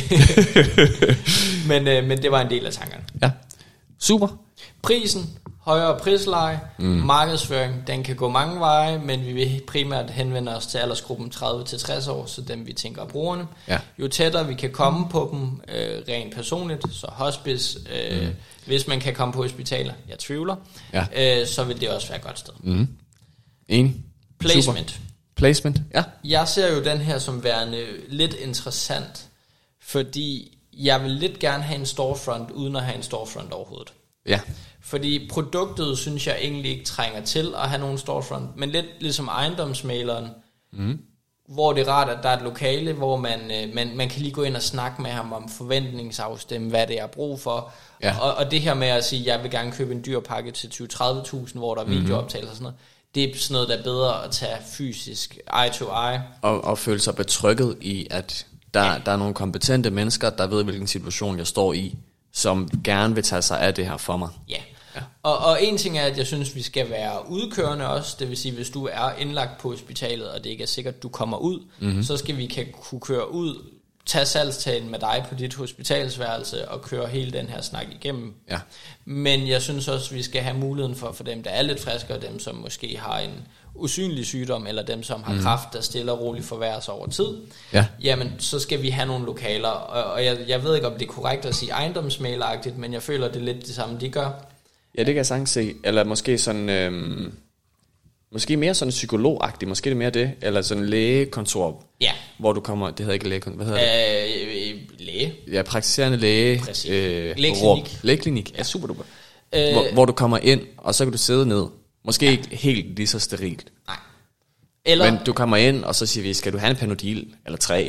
men, øh, men det var en del af tankerne. Ja, super. Prisen, højere prisleje, mm. markedsføring, den kan gå mange veje, men vi vil primært henvende os til aldersgruppen tredive til tres år, så dem vi tænker er brugerne. Ja. Jo tættere vi kan komme på dem øh, rent personligt, så hospice, øh, mm. hvis man kan komme på hospitaler, jeg tvivler, ja. øh, så vil det også være et godt sted. Mm. Enig. Placement. Super. Placement, ja. Jeg ser jo den her som værende lidt interessant, fordi jeg vil lidt gerne have en storefront, uden at have en storefront overhovedet. Ja. Fordi produktet, synes jeg egentlig ikke trænger til at have nogen storefront, men lidt ligesom ejendomsmaleren, mm. hvor det er rart, at der er et lokale, hvor man, man, man kan lige gå ind og snakke med ham om forventningsafstemme, hvad det er brug for. Ja. Og, og det her med at sige, at jeg vil gerne købe en dyr pakke til tyve til tredive tusind, hvor der er videooptagelser og sådan noget, det er sådan noget, der er bedre at tage fysisk, eye to eye. Og, og føle sig betrygget i, at der, ja. der er nogle kompetente mennesker, der ved, hvilken situation jeg står i, som gerne vil tage sig af det her for mig. Ja, ja. Og, og en ting er, at jeg synes, vi skal være udkørende også. Det vil sige, hvis du er indlagt på hospitalet, og det ikke er sikkert, du kommer ud, mm-hmm. så skal vi kan, kunne køre ud, tage salgstalen med dig på dit hospitalsværelse, og køre hele den her snak igennem. Ja. Men jeg synes også, vi skal have muligheden for, for dem, der er lidt friske, og dem, som måske har en usynlig sygdom, eller dem, som har mm. kræft, der stille og roligt forværres over tid, ja. Jamen, så skal vi have nogle lokaler. Og, og jeg, jeg ved ikke, om det er korrekt at sige ejendomsmægleragtigt, men jeg føler, det er lidt det samme, de gør. Ja, det kan jeg sagtens se. Eller måske sådan... Øhm, måske mere sådan psykologagtigt, måske det mere det, eller sådan en lægekontor, ja. Hvor du kommer... Det hedder ikke lægekontor, hvad hedder øh, det? Læge. Ja, praktiserende læge. Præcis. Øh, lægeklinik. Lægeklinik, ja, super duper. Øh, hvor, hvor du kommer ind, og så kan du sidde ned. Måske ja. Ikke helt lige så sterilt. Nej. Eller, men du kommer ind, og så siger vi, skal du have en Panodil? Eller tre?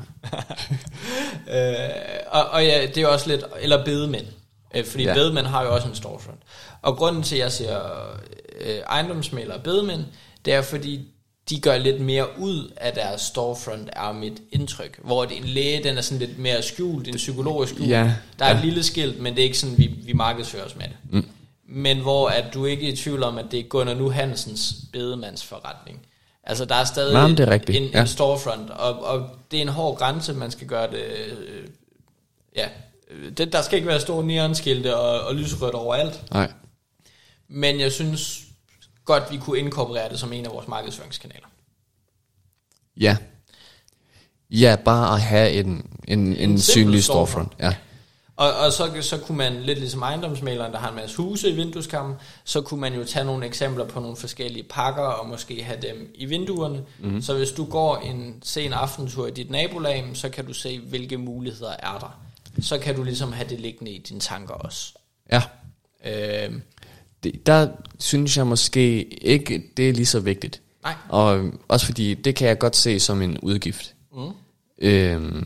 øh, og, og ja, det er også lidt... Eller bedemænd. Øh, fordi ja. Bedemænd har jo også en storefront. Og grunden til, at jeg siger øh, ejendomsmæglere og bedemænd, det er fordi, de gør lidt mere ud af deres storefront, er mit indtryk. Hvor en læge, den er sådan lidt mere skjult, en psykologisk skjult. Ja. Der er ja. Et lille skilt, men det er ikke sådan, vi, vi markedsfører os med det. Mm. Men hvor at du ikke er i tvivl om, at det er Gunnar Nu Hansens bedemandsforretning. Altså der er stadig Jamen, det er en, ja. En storefront, og, og det er en hård grænse, man skal gøre det... Øh, ja, det, der skal ikke være store neonskilte og, og lysrødt overalt. Nej. Men jeg synes godt, vi kunne inkorporere det som en af vores markedsføringskanaler. Ja. Ja, bare at have en, en, en, en synlig storefront. Ja. Og, og så, så kunne man, lidt ligesom ejendomsmæleren, der har en masse huse i vindueskarmen, så kunne man jo tage nogle eksempler på nogle forskellige pakker, og måske have dem i vinduerne. Mm-hmm. Så hvis du går en sen aftentur i dit nabolag, så kan du se, hvilke muligheder er der. Så kan du ligesom have det liggende i dine tanker også. Ja. Øh, det, der synes jeg måske ikke, det er lige så vigtigt. Nej. Og også fordi, det kan jeg godt se som en udgift. Mm. Øh,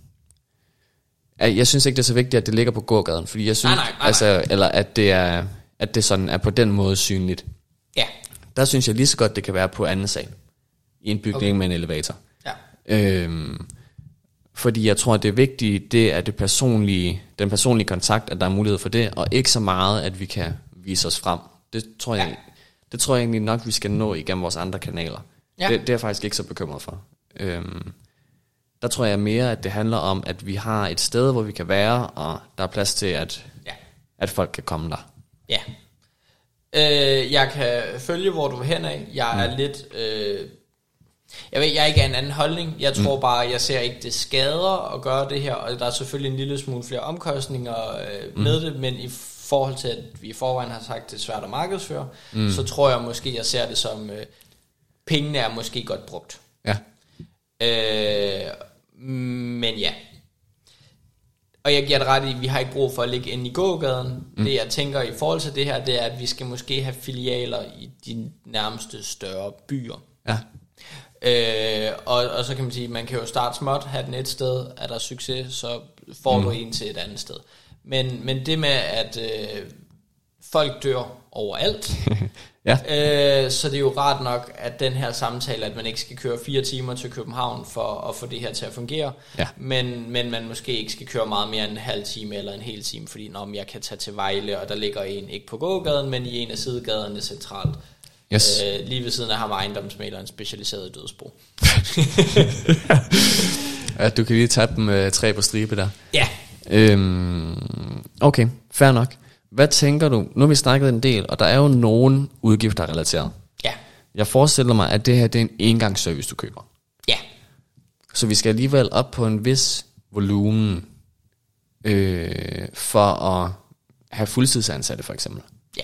Jeg synes ikke, det er så vigtigt, at det ligger på gågaden, fordi jeg synes, nej, nej, nej, nej. altså, eller at det er, at det sådan er på den måde synligt. Ja. Der synes jeg lige så godt, det kan være på anden sal i en bygning okay. Med en elevator. Ja. Øhm, fordi jeg tror, at det vigtige, det er det personlige, den personlige kontakt, at der er mulighed for det, og ikke så meget, at vi kan vise os frem. Det tror jeg, ja. det tror jeg egentlig nok, vi skal nå igennem vores andre kanaler. Ja. Det, det er jeg faktisk ikke så bekymret for. Øhm, Der tror jeg mere, at det handler om, at vi har et sted, hvor vi kan være, og der er plads til, at, ja. At folk kan komme der. Ja. Øh, jeg kan følge, hvor du vil hen af. Jeg mm. er lidt... Øh, jeg ved, jeg er ikke af en anden holdning. Jeg tror mm. bare, jeg ser ikke, det skader at gøre det her, og der er selvfølgelig en lille smule flere omkostninger øh, med mm. det, men i forhold til, at vi i forvejen har sagt, det er svært at markedsføre, mm. så tror jeg måske, jeg ser det som, øh, pengene er måske godt brugt. Ja. Øh, men ja, Og jeg giver det ret i, at vi har ikke brug for at ligge inde i gågaden. Mm. Det jeg tænker i forhold til det her, det er, at vi skal måske have filialer i de nærmeste større byer. Ja. Øh, og, og så kan man sige, man kan jo starte småt, have den et sted, er der succes, så får mm. du en til et andet sted. Men, men det med, at øh, folk dør overalt, ja. øh, så det er jo rart nok, at den her samtale, at man ikke skal køre fire timer til København for at få det her til at fungere, ja. men, men man måske ikke skal køre meget mere end en halv time eller en hel time, fordi når jeg kan tage til Vejle, og der ligger en ikke på gågaden, men i en af sidegaderne centralt. Yes. Øh, lige ved siden af ham ejendomsmæleren specialiseret i dødsbo. Ja, du kan lige tage dem øh, tre på stribe der. Ja. Øhm, okay, fair nok. Hvad tænker du? Nu har vi snakket en del, og der er jo nogle udgifter relateret. Ja. Jeg forestiller mig, at det her det er en engangsservice, du køber. Ja. Så vi skal alligevel op på en vis volumen øh, for at have fuldtidsansatte for eksempel. Ja.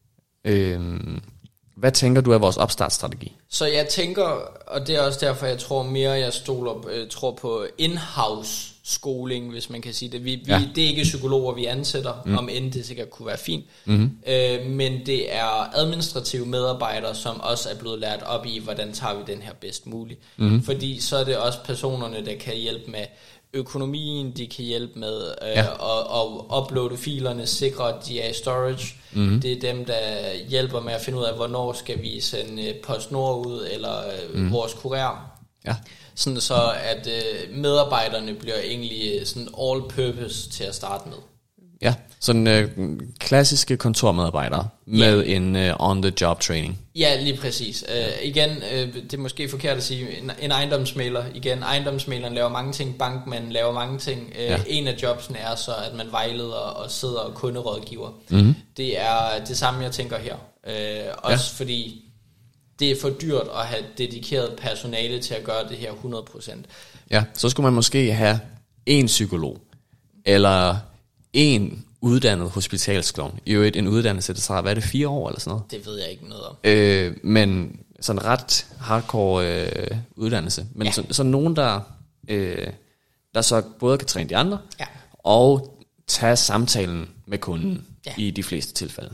Øhm, hvad tænker du er vores opstartsstrategi? Så jeg tænker, og det er også derfor, jeg tror mere, jeg stoler, øh, tror på in-house skoling, hvis man kan sige det. Vi, vi, ja. Det er ikke psykologer, vi ansætter, mm. om end det sikkert kunne være fint. Mm-hmm. Øh, men det er administrative medarbejdere, som også er blevet lært op i, hvordan tager vi den her bedst muligt. Mm-hmm. Fordi så er det også personerne, der kan hjælpe med økonomien, de kan hjælpe med øh, ja. at, at uploade filerne, sikre, at de er i storage. Mm-hmm. Det er dem, der hjælper med at finde ud af, hvornår skal vi sende PostNord ud, eller mm-hmm. vores kurér. Ja. Sådan så, at øh, medarbejderne bliver egentlig sådan all-purpose til at starte med. Ja, sådan øh, klassiske kontormedarbejdere med ja. en øh, on-the-job training. Ja, lige præcis. Øh, igen, øh, det er måske forkert at sige, en, en ejendomsmægler, igen, ejendomsmægleren laver mange ting, bankmanden laver mange ting. Øh, ja. En af jobsene er så, at man vejleder og sidder og kunderådgiver. Mm-hmm. Det er det samme, jeg tænker her. Øh, også ja. fordi det er for dyrt at have dedikeret personale til at gøre det her hundrede procent. Ja, så skulle man måske have en psykolog, eller en uddannet hospitalsklovn. I øvrigt en uddannelse, det tager, hvad er det, fire år eller sådan noget? Det ved jeg ikke noget om. Øh, men sådan ret hardcore øh, uddannelse. Men ja. så, så nogen, der, øh, der så både kan træne de andre, ja. og tage samtalen med kunden ja. i de fleste tilfælde.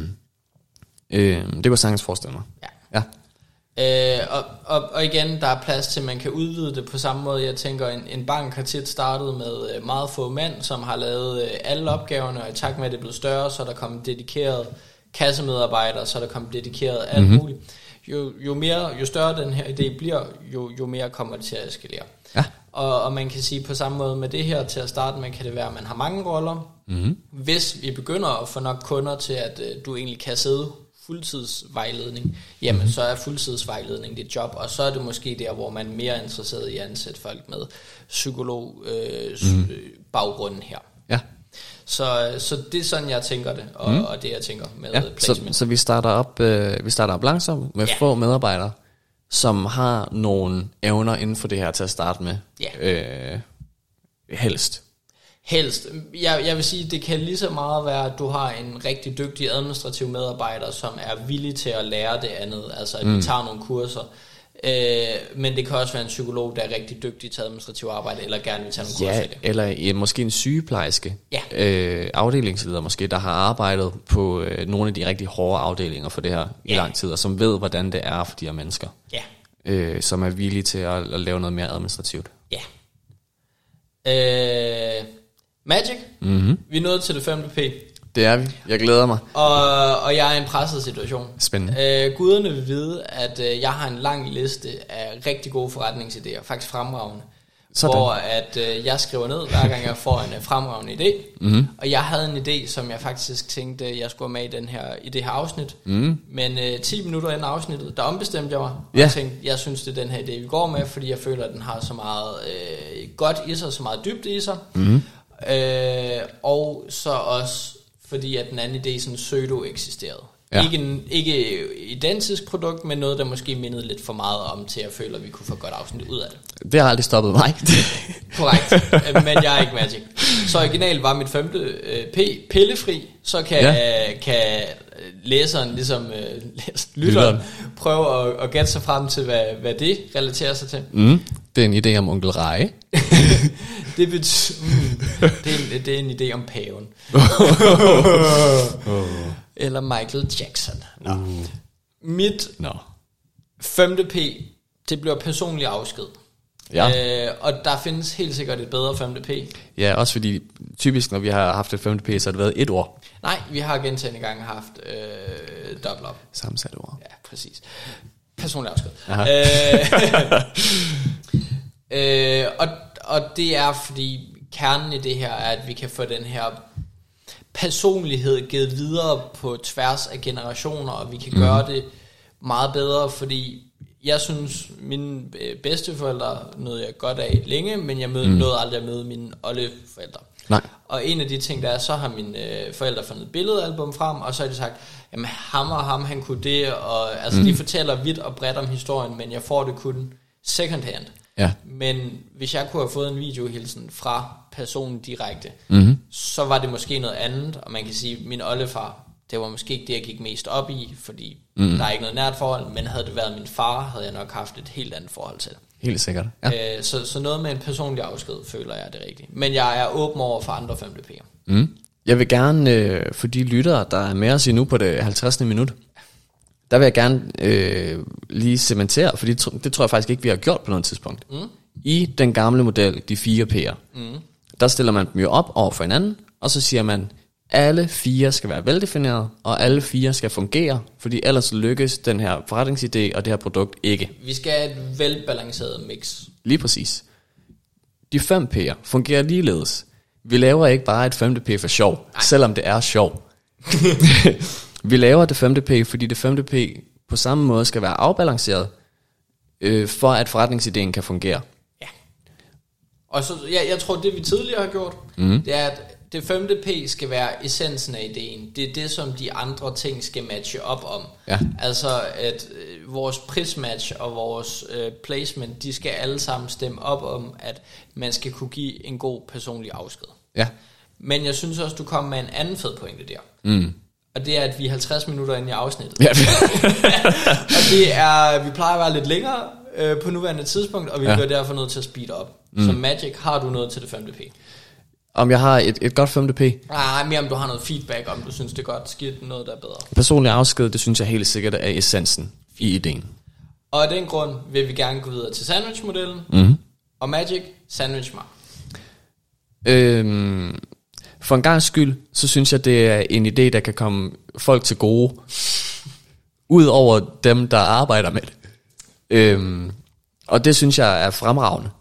øh, det kunne jeg sagtens forestille mig. Ja. Ja. Øh, og, og, og igen, der er plads til, at man kan udvide det på samme måde. Jeg tænker, en, en bank har tit startet med meget få mænd, som har lavet øh, alle opgaverne, og i takt med, at det er blevet større, så er der kommet dedikeret kassemedarbejdere, så er der kommet dedikeret alt mm-hmm. muligt. Jo, jo, mere, jo større den her idé bliver, jo, jo mere kommer det til at eskalere. Ja. Og, og man kan sige på samme måde med det her, til at starte med, kan det være, at man har mange roller. Mm-hmm. Hvis vi begynder at få nok kunder til, at øh, du egentlig kan sidde fuldtidsvejledning, jamen mm-hmm. så er fuldtidsvejledning dit job, og så er det måske der, hvor man er mere interesseret i at ansætte folk med psykolog øh, mm-hmm. baggrunden her. Ja. Så, så det er sådan, jeg tænker det, og, mm. og det jeg tænker med ja, placement. Så, så vi starter op, øh, vi starter op langsomt med ja. få medarbejdere, som har nogle evner inden for det her til at starte med. Ja. Øh, helst. Helst. Jeg, jeg vil sige, det kan lige så meget være, at du har en rigtig dygtig administrativ medarbejder, som er villig til at lære det andet, altså at mm. vi tager nogle kurser. Øh, men det kan også være en psykolog, der er rigtig dygtig til administrativ arbejde, eller gerne vil tage nogle ja, kurser i det. Eller ja, måske en sygeplejerske, ja. øh, afdelingsleder måske, der har arbejdet på øh, nogle af de rigtig hårde afdelinger for det her ja. i lang tid, og som ved, hvordan det er for de her mennesker. Ja. Øh, som er villige til at, at lave noget mere administrativt. Ja. Øh... Magic, mm-hmm. vi er nået til det femte P. Det er vi, jeg glæder mig. Og, og jeg er i en presset situation. Spændende. øh, Guderne vil vide, at øh, jeg har en lang liste af rigtig gode forretningsidéer, faktisk fremragende. Sådan. Hvor at øh, jeg skriver ned, hver gang jeg får en øh, fremragende idé. Mm-hmm. Og jeg havde en idé, som jeg faktisk tænkte, jeg skulle have med i, den her, i det her afsnit. Mm-hmm. Men øh, ti minutter inden afsnittet, der ombestemte jeg mig. Og yeah. jeg tænkte, jeg synes, det er den her idé, vi går med, fordi jeg føler, at den har så meget øh, godt i sig, så meget dybde i sig. Mm-hmm. Øh, og så også fordi at den anden idé sådan pseudo eksisterede. Ja. Ikke, en, ikke identisk produkt, men noget der måske mindede lidt for meget om, til at føle at vi kunne få godt afsnit ud af det. Det har aldrig stoppet mig. Korrekt, men jeg er ikke Magic. Så originalt var mit femte øh, P pillefri. Så kan, ja. øh, kan læseren ligesom øh, lytteren prøve at, at gætte sig frem til hvad, hvad det relaterer sig til. Mm. Det er en idé om onkel Rej. Det, betyder, mm, det, er en, det er en idé om paven. Eller Michael Jackson. Nå. Uh. Mit no. femte P, det bliver personlig afsked. Ja. Øh, og der findes helt sikkert et bedre femte P. Ja, også fordi typisk når vi har haft et femte P, så har det været et ord. Nej, vi har gentagne gange haft øh, dobbelt op. Sammensat ord. Ja, præcis. Personlig afsked. øh, øh, og, og det er fordi kernen i det her er, at vi kan få den her personlighed givet videre på tværs af generationer, og vi kan mm. gøre det meget bedre, fordi jeg synes, mine bedsteforældre nåede jeg godt af længe, men jeg mød, mm. nåede aldrig at møde mine oldeforældre. Nej. Og en af de ting, der er, så har mine øh, forældre fundet et billedalbum frem, og så har de sagt, jamen ham og ham, han kunne det, og altså mm. de fortæller vidt og bredt om historien, men jeg får det kun second hand. Ja. Men hvis jeg kunne have fået en videohilsen fra personen direkte, mm-hmm. så var det måske noget andet, og man kan sige, min oldefar, det var måske ikke det, jeg gik mest op i, fordi mm. der er ikke noget nært forhold, men havde det været min far, havde jeg nok haft et helt andet forhold til det. Helt sikkert. Ja. Øh, så, så noget med en personlig afsked, føler jeg det rigtigt. Men jeg er åben over for andre femte P'er. Mm. Jeg vil gerne, øh, for de lyttere, der er med os endnu på det halvtredsende minut, der vil jeg gerne øh, lige cementere, for det, det tror jeg faktisk ikke, vi har gjort på noget tidspunkt. Mm. I den gamle model, de fire P'er, mm. der stiller man dem jo op over for hinanden, og så siger man, alle fire skal være veldefineret, og alle fire skal fungere, fordi ellers lykkes den her forretningsidé og det her produkt ikke. Vi skal have et velbalanceret mix. Lige præcis. De fem P'er fungerer ligeledes. Vi laver ikke bare et femte P for sjov, Nej. selvom det er sjov. Vi laver det femte P, fordi det femte P på samme måde skal være afbalanceret, øh, for at forretningsidéen kan fungere. Ja. Og så, ja, jeg tror, det vi tidligere har gjort, mm. det er, at det femte P skal være essensen af ideen. Det er det, som de andre ting skal matche op om. Ja. Altså, at øh, vores prismatch og vores øh, placement, de skal alle sammen stemme op om, at man skal kunne give en god personlig afsked. Ja. Men jeg synes også, du kom med en anden fed pointe der. Mm. Og det er, at vi er halvtreds minutter inde i afsnittet. Ja. Og det er, vi plejer at være lidt længere øh, på nuværende tidspunkt, og vi ja. bliver derfor nødt til at speede op. Mm. Så Magic, har du noget til det femte P? Om jeg har et, et godt femte P? Nej, mere om du har noget feedback, om du synes det er godt, skidt, noget der er bedre. Personlig afsked, det synes jeg helt sikkert er essensen i ideen. Og af den grund vil vi gerne gå videre til sandwich-modellen. Mm-hmm. Og Magic, sandwich mig. Øhm, for en gangs skyld, så synes jeg, det er en idé, der kan komme folk til gode, ud over dem, der arbejder med det. Øhm, og det synes jeg er fremragende.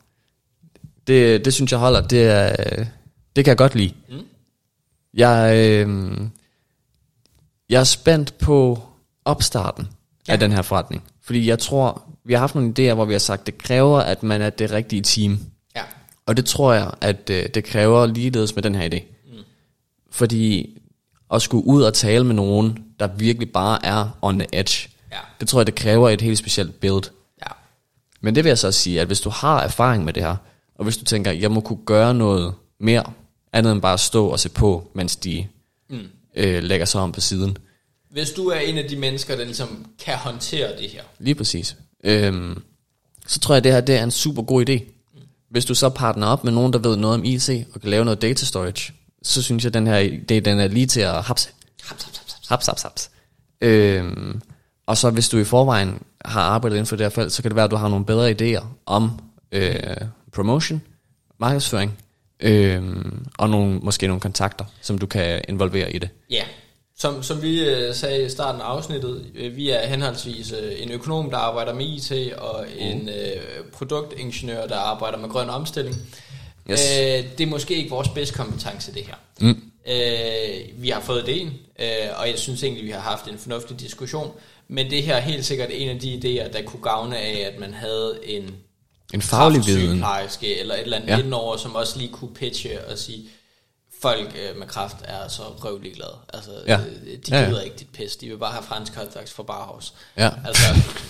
Det, det synes jeg holder, det er... Det kan jeg godt lide. Mm. Jeg, øh, jeg er spændt på opstarten ja. af den her forretning. Fordi jeg tror, vi har haft nogle idéer, hvor vi har sagt, det kræver, at man er det rigtige team. Ja. Og det tror jeg, at øh, det kræver ligeledes med den her idé. Mm. Fordi at skulle ud og tale med nogen, der virkelig bare er on the edge, ja. det tror jeg, det kræver et helt specielt build. Ja. Men det vil jeg så sige, at hvis du har erfaring med det her, og hvis du tænker, jeg må kunne gøre noget mere, andet end bare at stå og se på, mens de mm. øh, lægger sig om på siden. Hvis du er en af de mennesker, der ligesom kan håndtere det her. Lige præcis. Øhm, så tror jeg, det her det er en super god idé. Mm. Hvis du så partner op med nogen, der ved noget om I C, og kan lave noget data storage, så synes jeg, den her idé, den er lige til at hapse. Haps, haps, haps, haps. Haps, haps, haps. Øhm, og så hvis du i forvejen har arbejdet inden for det her felt, så kan det være, at du har nogle bedre idéer om øh, promotion, markedsføring, Øhm, og nogle, måske nogle kontakter, som du kan involvere i det. Ja, som, som vi øh, sagde i starten af afsnittet, øh, vi er henholdsvis øh, en økonom, der arbejder med I T, og mm. en øh, produktingeniør, der arbejder med grøn omstilling. Yes. Øh, det er måske ikke vores bedste kompetence, det her. Mm. Øh, vi har fået idéen, øh, og jeg synes egentlig, vi har haft en fornuftig diskussion, men det her er helt sikkert en af de idéer, der kunne gavne af, at man havde en En faglig viden. Eller et eller andet ja. indenover, som også lige kunne pitche og sige, folk øh, med kræft er så røvlig glade. Altså, ja. de gider ja, ja. ikke dit pis. De vil bare have fransk hotdogs fra Bauhaus. Ja. Altså.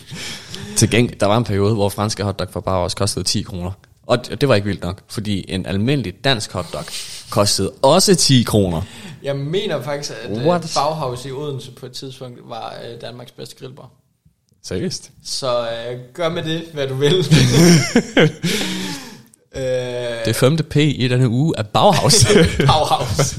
Til gengæld, der var en periode, hvor franske hotdog fra Bauhaus kostede ti kroner. Og det var ikke vildt nok, fordi en almindelig dansk hotdog kostede også ti kroner. Jeg mener faktisk, at What? Bauhaus i Odense på et tidspunkt var øh, Danmarks bedste grillbar. Seriøst? Så øh, gør med det, hvad du vil. Det femte P i denne uge er Bauhaus. Bauhaus.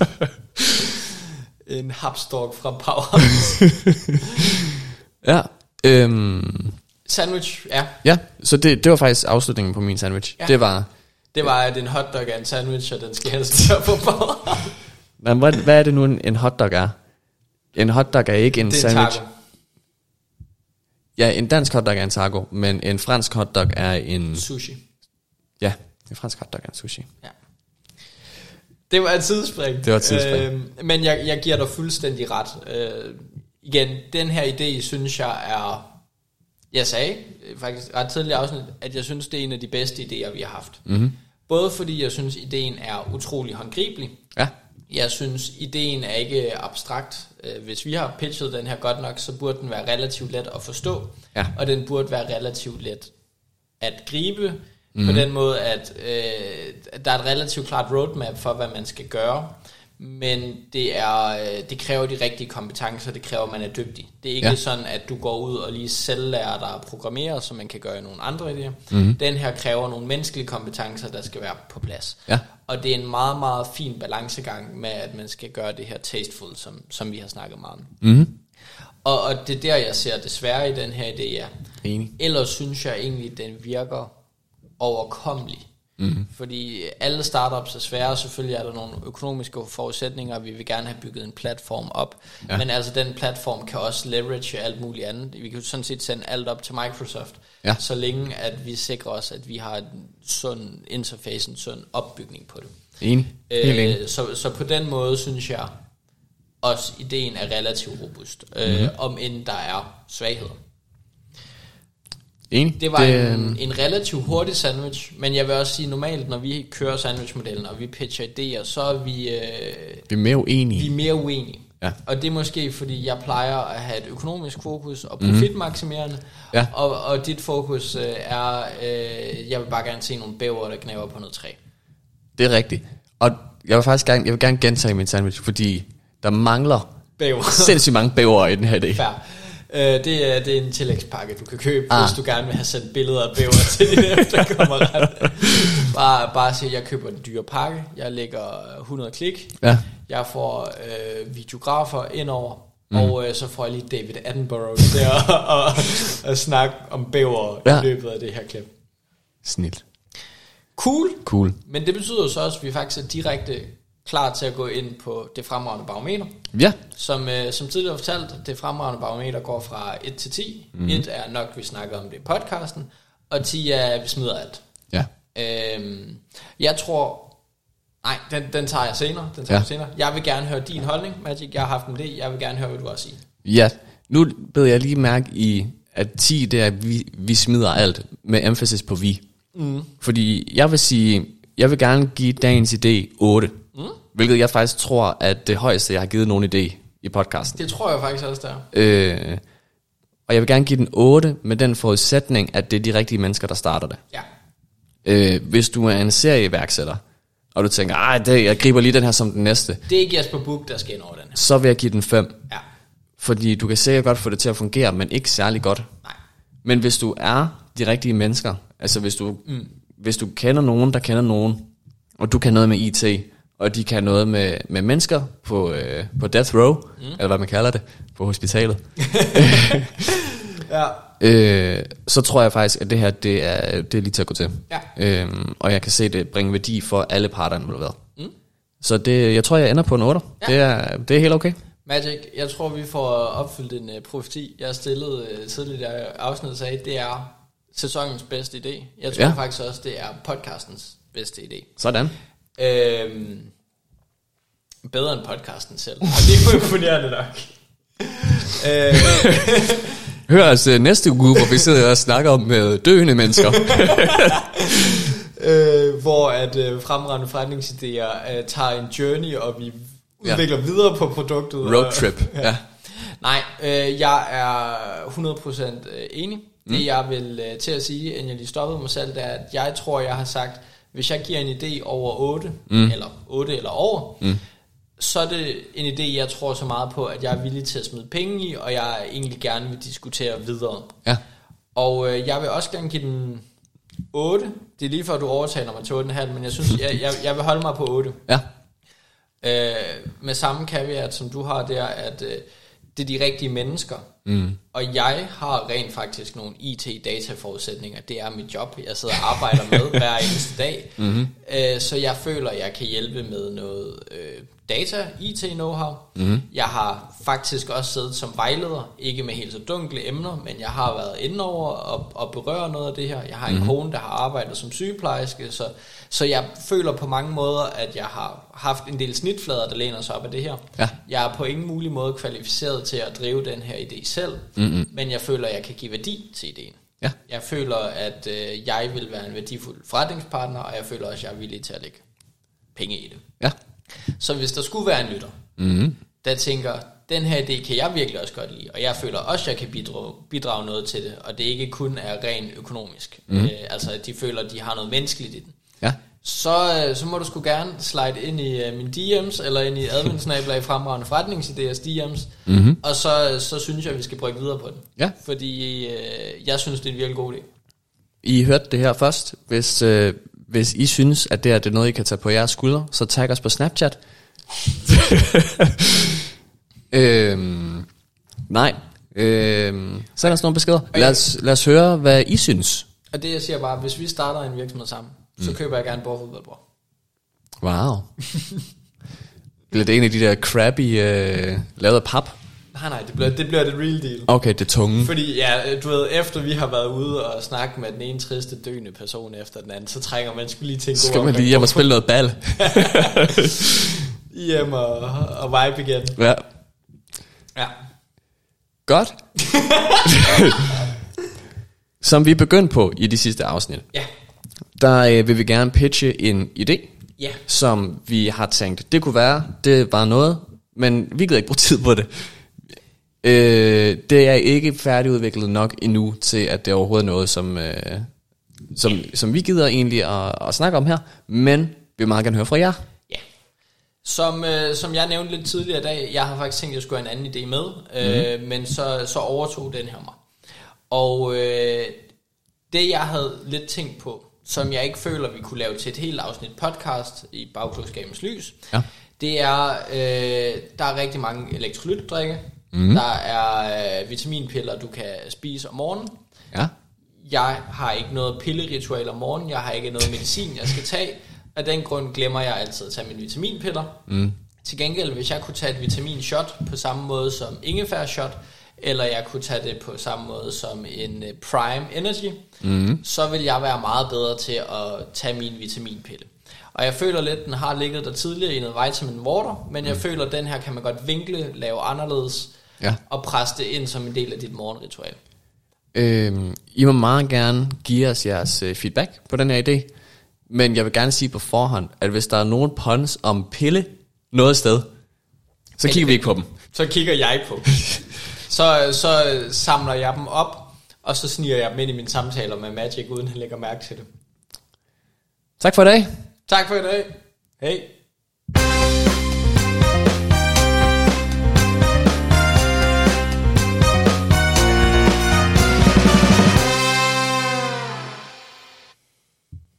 En hapsdog fra Bauhaus. Ja. Øhm, Sandwich, ja. Ja, så det, det var faktisk afslutningen på min sandwich. Ja. Det var... Det var, at en hotdog er en sandwich, og den skal helst være på Bauhaus. Men hvad, hvad er det nu, en, en hotdog er? En hotdog er ikke en det er sandwich. Taco. Ja, en dansk hotdog er en taco, men en fransk hotdog er en... Sushi. Ja, en fransk hotdog er en sushi. Ja. Det var et tidsspring. Det var et tidsspring. Øh, men jeg, jeg giver dig fuldstændig ret. Øh, igen, den her idé, synes jeg er... Jeg sagde faktisk ret tidligt afsnit, at jeg synes, det er en af de bedste idéer, vi har haft. Mm-hmm. Både fordi jeg synes, ideen er utrolig håndgribelig. Ja. Jeg synes, ideen er ikke abstrakt. Hvis vi har pitchet den her godt nok, så burde den være relativt let at forstå. Ja. Og den burde være relativt let at gribe. Mm. På Mhm. den måde, at øh, der er et relativt klart roadmap for, hvad man skal gøre. Men det, er, øh, det kræver de rigtige kompetencer, det kræver, at man er dygtig. Det er ikke Ja. sådan, at du går ud og lige selv lærer dig at programmere, som man kan gøre i nogle andre idéer. Mhm. Den her kræver nogle menneskelige kompetencer, der skal være på plads. Ja. Og det er en meget, meget fin balancegang med, at man skal gøre det her tasteful, som, som vi har snakket meget om. Mm-hmm. Og, og det er der, jeg ser desværre i den her idé, ja. Enig. Ellers synes jeg egentlig, den virker overkommelig. Mm-hmm. Fordi alle startups er svære, selvfølgelig er der nogle økonomiske forudsætninger, vi vil gerne have bygget en platform op, Ja. men altså den platform kan også leverage alt muligt andet. Vi kan jo sådan set sende alt op til Microsoft, Ja. så længe at vi sikrer os, at vi har en sund interface, en sund opbygning på det. Enig. Helt enig. Øh, så, så på den måde synes jeg også, ideen er relativt robust, øh, Mhm. om end der er svagheder. Enig. Det var det, øhm, en, en relativt hurtig sandwich, men jeg vil også sige, normalt når vi kører sandwichmodellen, og vi pitcher idéer, så er vi, øh, Vi er mere uenige. vi er mere uenige. Ja. Og det er måske fordi, jeg plejer at have et økonomisk fokus og profitmaksimerende, Ja. og, og dit fokus øh, er, øh, jeg vil bare gerne se nogle bæver, der knæver på noget træ. Det er rigtigt. Og jeg vil faktisk gerne, jeg vil gerne gentage min sandwich, fordi der mangler Bæver. sindssygt mange bæver i den her idé. Fair. Øh, det, er, det er en tillægspakke, du kan købe, Ah. hvis du gerne vil have sendt billeder af bæver til dine efterkommere. Bare, bare sige, at jeg køber en dyre pakke, jeg lægger hundrede klik, Ja. jeg får øh, videografer indover, Mm. og øh, så får jeg lige David Attenborough til at og, og, og snakke om bæver Ja. i løbet af det her klip. Snilt. Cool, Cool. men det betyder jo så også, at vi faktisk er direkte klar til at gå ind på det fremragende barometer. Ja. Som, øh, som tidligere fortalt, det fremragende barometer går fra et til ti. Mhm. et er nok, vi snakker om det i podcasten, og ti er, at vi smider alt. Ja. Øhm, jeg tror... Nej, den, den tager jeg senere. Den tager Ja. jeg senere. Jeg vil gerne høre din holdning, Magic. Jeg har haft en idé. Jeg vil gerne høre, hvad du har at sige. Ja. Nu bed jeg lige mærke i, at ti, det er, at vi, vi smider alt, med emphasis på vi. Mm. Fordi jeg vil sige, jeg vil gerne give dagens idé otte. Mm. Hvilket jeg faktisk tror, at det højeste, jeg har givet nogen idé i podcasten. Det tror jeg faktisk også, der. Øh, og jeg vil gerne give den otte med den forudsætning, at det er de rigtige mennesker, der starter det. Ja. Øh, hvis du er en serieværksætter, og du tænker, ej, det, jeg griber lige den her som den næste, Det er ikke Jesper Buch, der skal ind over den her. så vil jeg give den fem. Ja. Fordi du kan sikkert godt få det til at fungere, men ikke særlig godt. Nej. Men hvis du er de rigtige mennesker, altså hvis du, mm. hvis du kender nogen, der kender nogen, og du kan noget med I T, og de kan noget med, med mennesker på, øh, på death row, mm. eller hvad man kalder det, på hospitalet, Ja. øh, så tror jeg faktisk, at det her, det er, det er lige til at gå til. Ja. Øhm, og jeg kan se det bringe værdi for alle parter involveret. Mm. Så det, jeg tror, jeg ender på en otter. Ja. Det, er, det er helt okay. Magic, jeg tror, vi får opfyldt en uh, profeti. Jeg stillede uh, tidligere afsnit sagde, det er sæsonens bedste idé. Jeg tror Ja. ja. faktisk også, det er podcastens bedste idé. Sådan. Øhm, bedre end podcasten selv. Og det er jo imponerende nok. øh, Hør os uh, næste uge, hvor vi sidder og snakker om uh, døende mennesker. øh, hvor at øh, fremragende forretningsidéer øh, tager en journey, og vi udvikler ja. videre på produktet. Roadtrip, og, ja. Nej, øh, jeg er hundrede procent enig. Mm. Det jeg vil øh, til at sige, inden jeg lige stoppede mig selv, det er, at jeg tror, jeg har sagt, hvis jeg giver en idé over otte, mm. eller otte eller over, mm. så er det en idé, jeg tror så meget på, at jeg er villig til at smide penge i, og jeg egentlig gerne vil diskutere videre. Ja. Og øh, jeg vil også gerne give den otte. Det er lige før du overtaler mig til otte komma fem, men jeg synes, jeg, jeg, jeg vil holde mig på otte. Ja. Øh, med samme caveat, som du har der, at øh, det er de rigtige mennesker. Mm. Og jeg har rent faktisk nogle I T-data-forudsætninger. Det er mit job, jeg sidder og arbejder med hver eneste dag. Mm-hmm. Øh, så jeg føler, jeg kan hjælpe med noget øh, data, I T-know-how. Mm-hmm. Jeg har faktisk også siddet som vejleder, ikke med helt så dunkle emner, men jeg har været inde over og, og berøre noget af det her. Jeg har en mm-hmm. kone, der har arbejdet som sygeplejerske, så, så jeg føler på mange måder, at jeg har haft en del snitflader, der læner sig op af det her. Ja. Jeg er på ingen mulig måde kvalificeret til at drive den her idé selv, mm-hmm. men jeg føler, at jeg kan give værdi til ideen. Ja. Jeg føler, at øh, jeg vil være en værdifuld forretningspartner, og jeg føler også, at jeg er villig til at lægge penge i det. Ja. Så hvis der skulle være en lytter, mm-hmm. der tænker, den her idé kan jeg virkelig også godt lide, og jeg føler også, at jeg kan bidrage, bidrage noget til det, og det ikke kun er rent økonomisk. Mm-hmm. Øh, altså, at de føler, at de har noget menneskeligt i den. Ja. Så, så må du sgu gerne slide ind i uh, mine D M's, eller ind i adminsnabler i fremragende forretningsidéers D M's, mm-hmm. og så, så synes jeg, at vi skal brygge videre på den. Ja. Fordi uh, jeg synes, det er en virkelig god idé. I hørte det her først. Hvis, øh, hvis I synes, at det er, det er noget, I kan tage på jeres skuldre, så tag os på Snapchat. øhm, nej. Øhm, send os nogle beskeder. Lad os, lad os høre, hvad I synes. Og det jeg siger bare, hvis vi starter en virksomhed sammen, så køber jeg gerne bordfodboldbord. Wow. Bliver det en af de der crappy øh, lavet af pap? Nej, nej, det bliver, det bliver det real deal. Okay, det tunge. Fordi, ja, du ved, efter vi har været ude og snakke med den ene triste døende person efter den anden, så trænger man sgu lige til en god skal man lige hjem og spille noget bal. hjem og, og vibe igen. Ja. Ja. Godt. Som vi begyndte på i de sidste afsnit. Ja. Der øh, vil vi gerne pitche en idé, yeah. som vi har tænkt, det kunne være, det var noget, men vi gider ikke bruge tid på det. Øh, det er ikke færdigudviklet nok endnu til, at det er overhovedet noget, som, øh, som, som vi gider egentlig at, at snakke om her, men vi vil meget gerne høre fra jer. Ja. Yeah. Som, øh, som jeg nævnte lidt tidligere i dag, jeg har faktisk tænkt, at jeg skulle have en anden idé med, øh, mm-hmm. men så, så overtog den her mig. Og øh, det jeg havde lidt tænkt på, som jeg ikke føler, vi kunne lave til et helt afsnit podcast i Bagklogskabens Lys, ja. det er, øh, der er rigtig mange elektrolytdrikke, mm. der er øh, vitaminpiller, du kan spise om morgenen. Ja. Jeg har ikke noget pilleritual om morgenen, jeg har ikke noget medicin, jeg skal tage. Af den grund glemmer jeg altid at tage mine vitaminpiller. Mm. Til gengæld, hvis jeg kunne tage et vitaminshot på samme måde som ingefærshot, eller jeg kunne tage det på samme måde som en Prime Energy, mm. så vil jeg være meget bedre til at tage min vitaminpille. Og jeg føler lidt, den har ligget der tidligere i noget vitamin water, men jeg mm. føler, at den her kan man godt vinkle, lave anderledes, ja. og presse det ind som en del af dit morgenritual. Øhm, I må meget gerne give os jeres feedback på den her idé, men jeg vil gerne sige på forhånd, at hvis der er nogen puns om pille noget sted, så kigger vi ikke på dem. Så kigger jeg på dem. Så, så samler jeg dem op, og så sniger jeg dem ind i mine samtaler med Magic, uden at lægge mærke til det. Tak for i dag. Tak for i dag. Hej.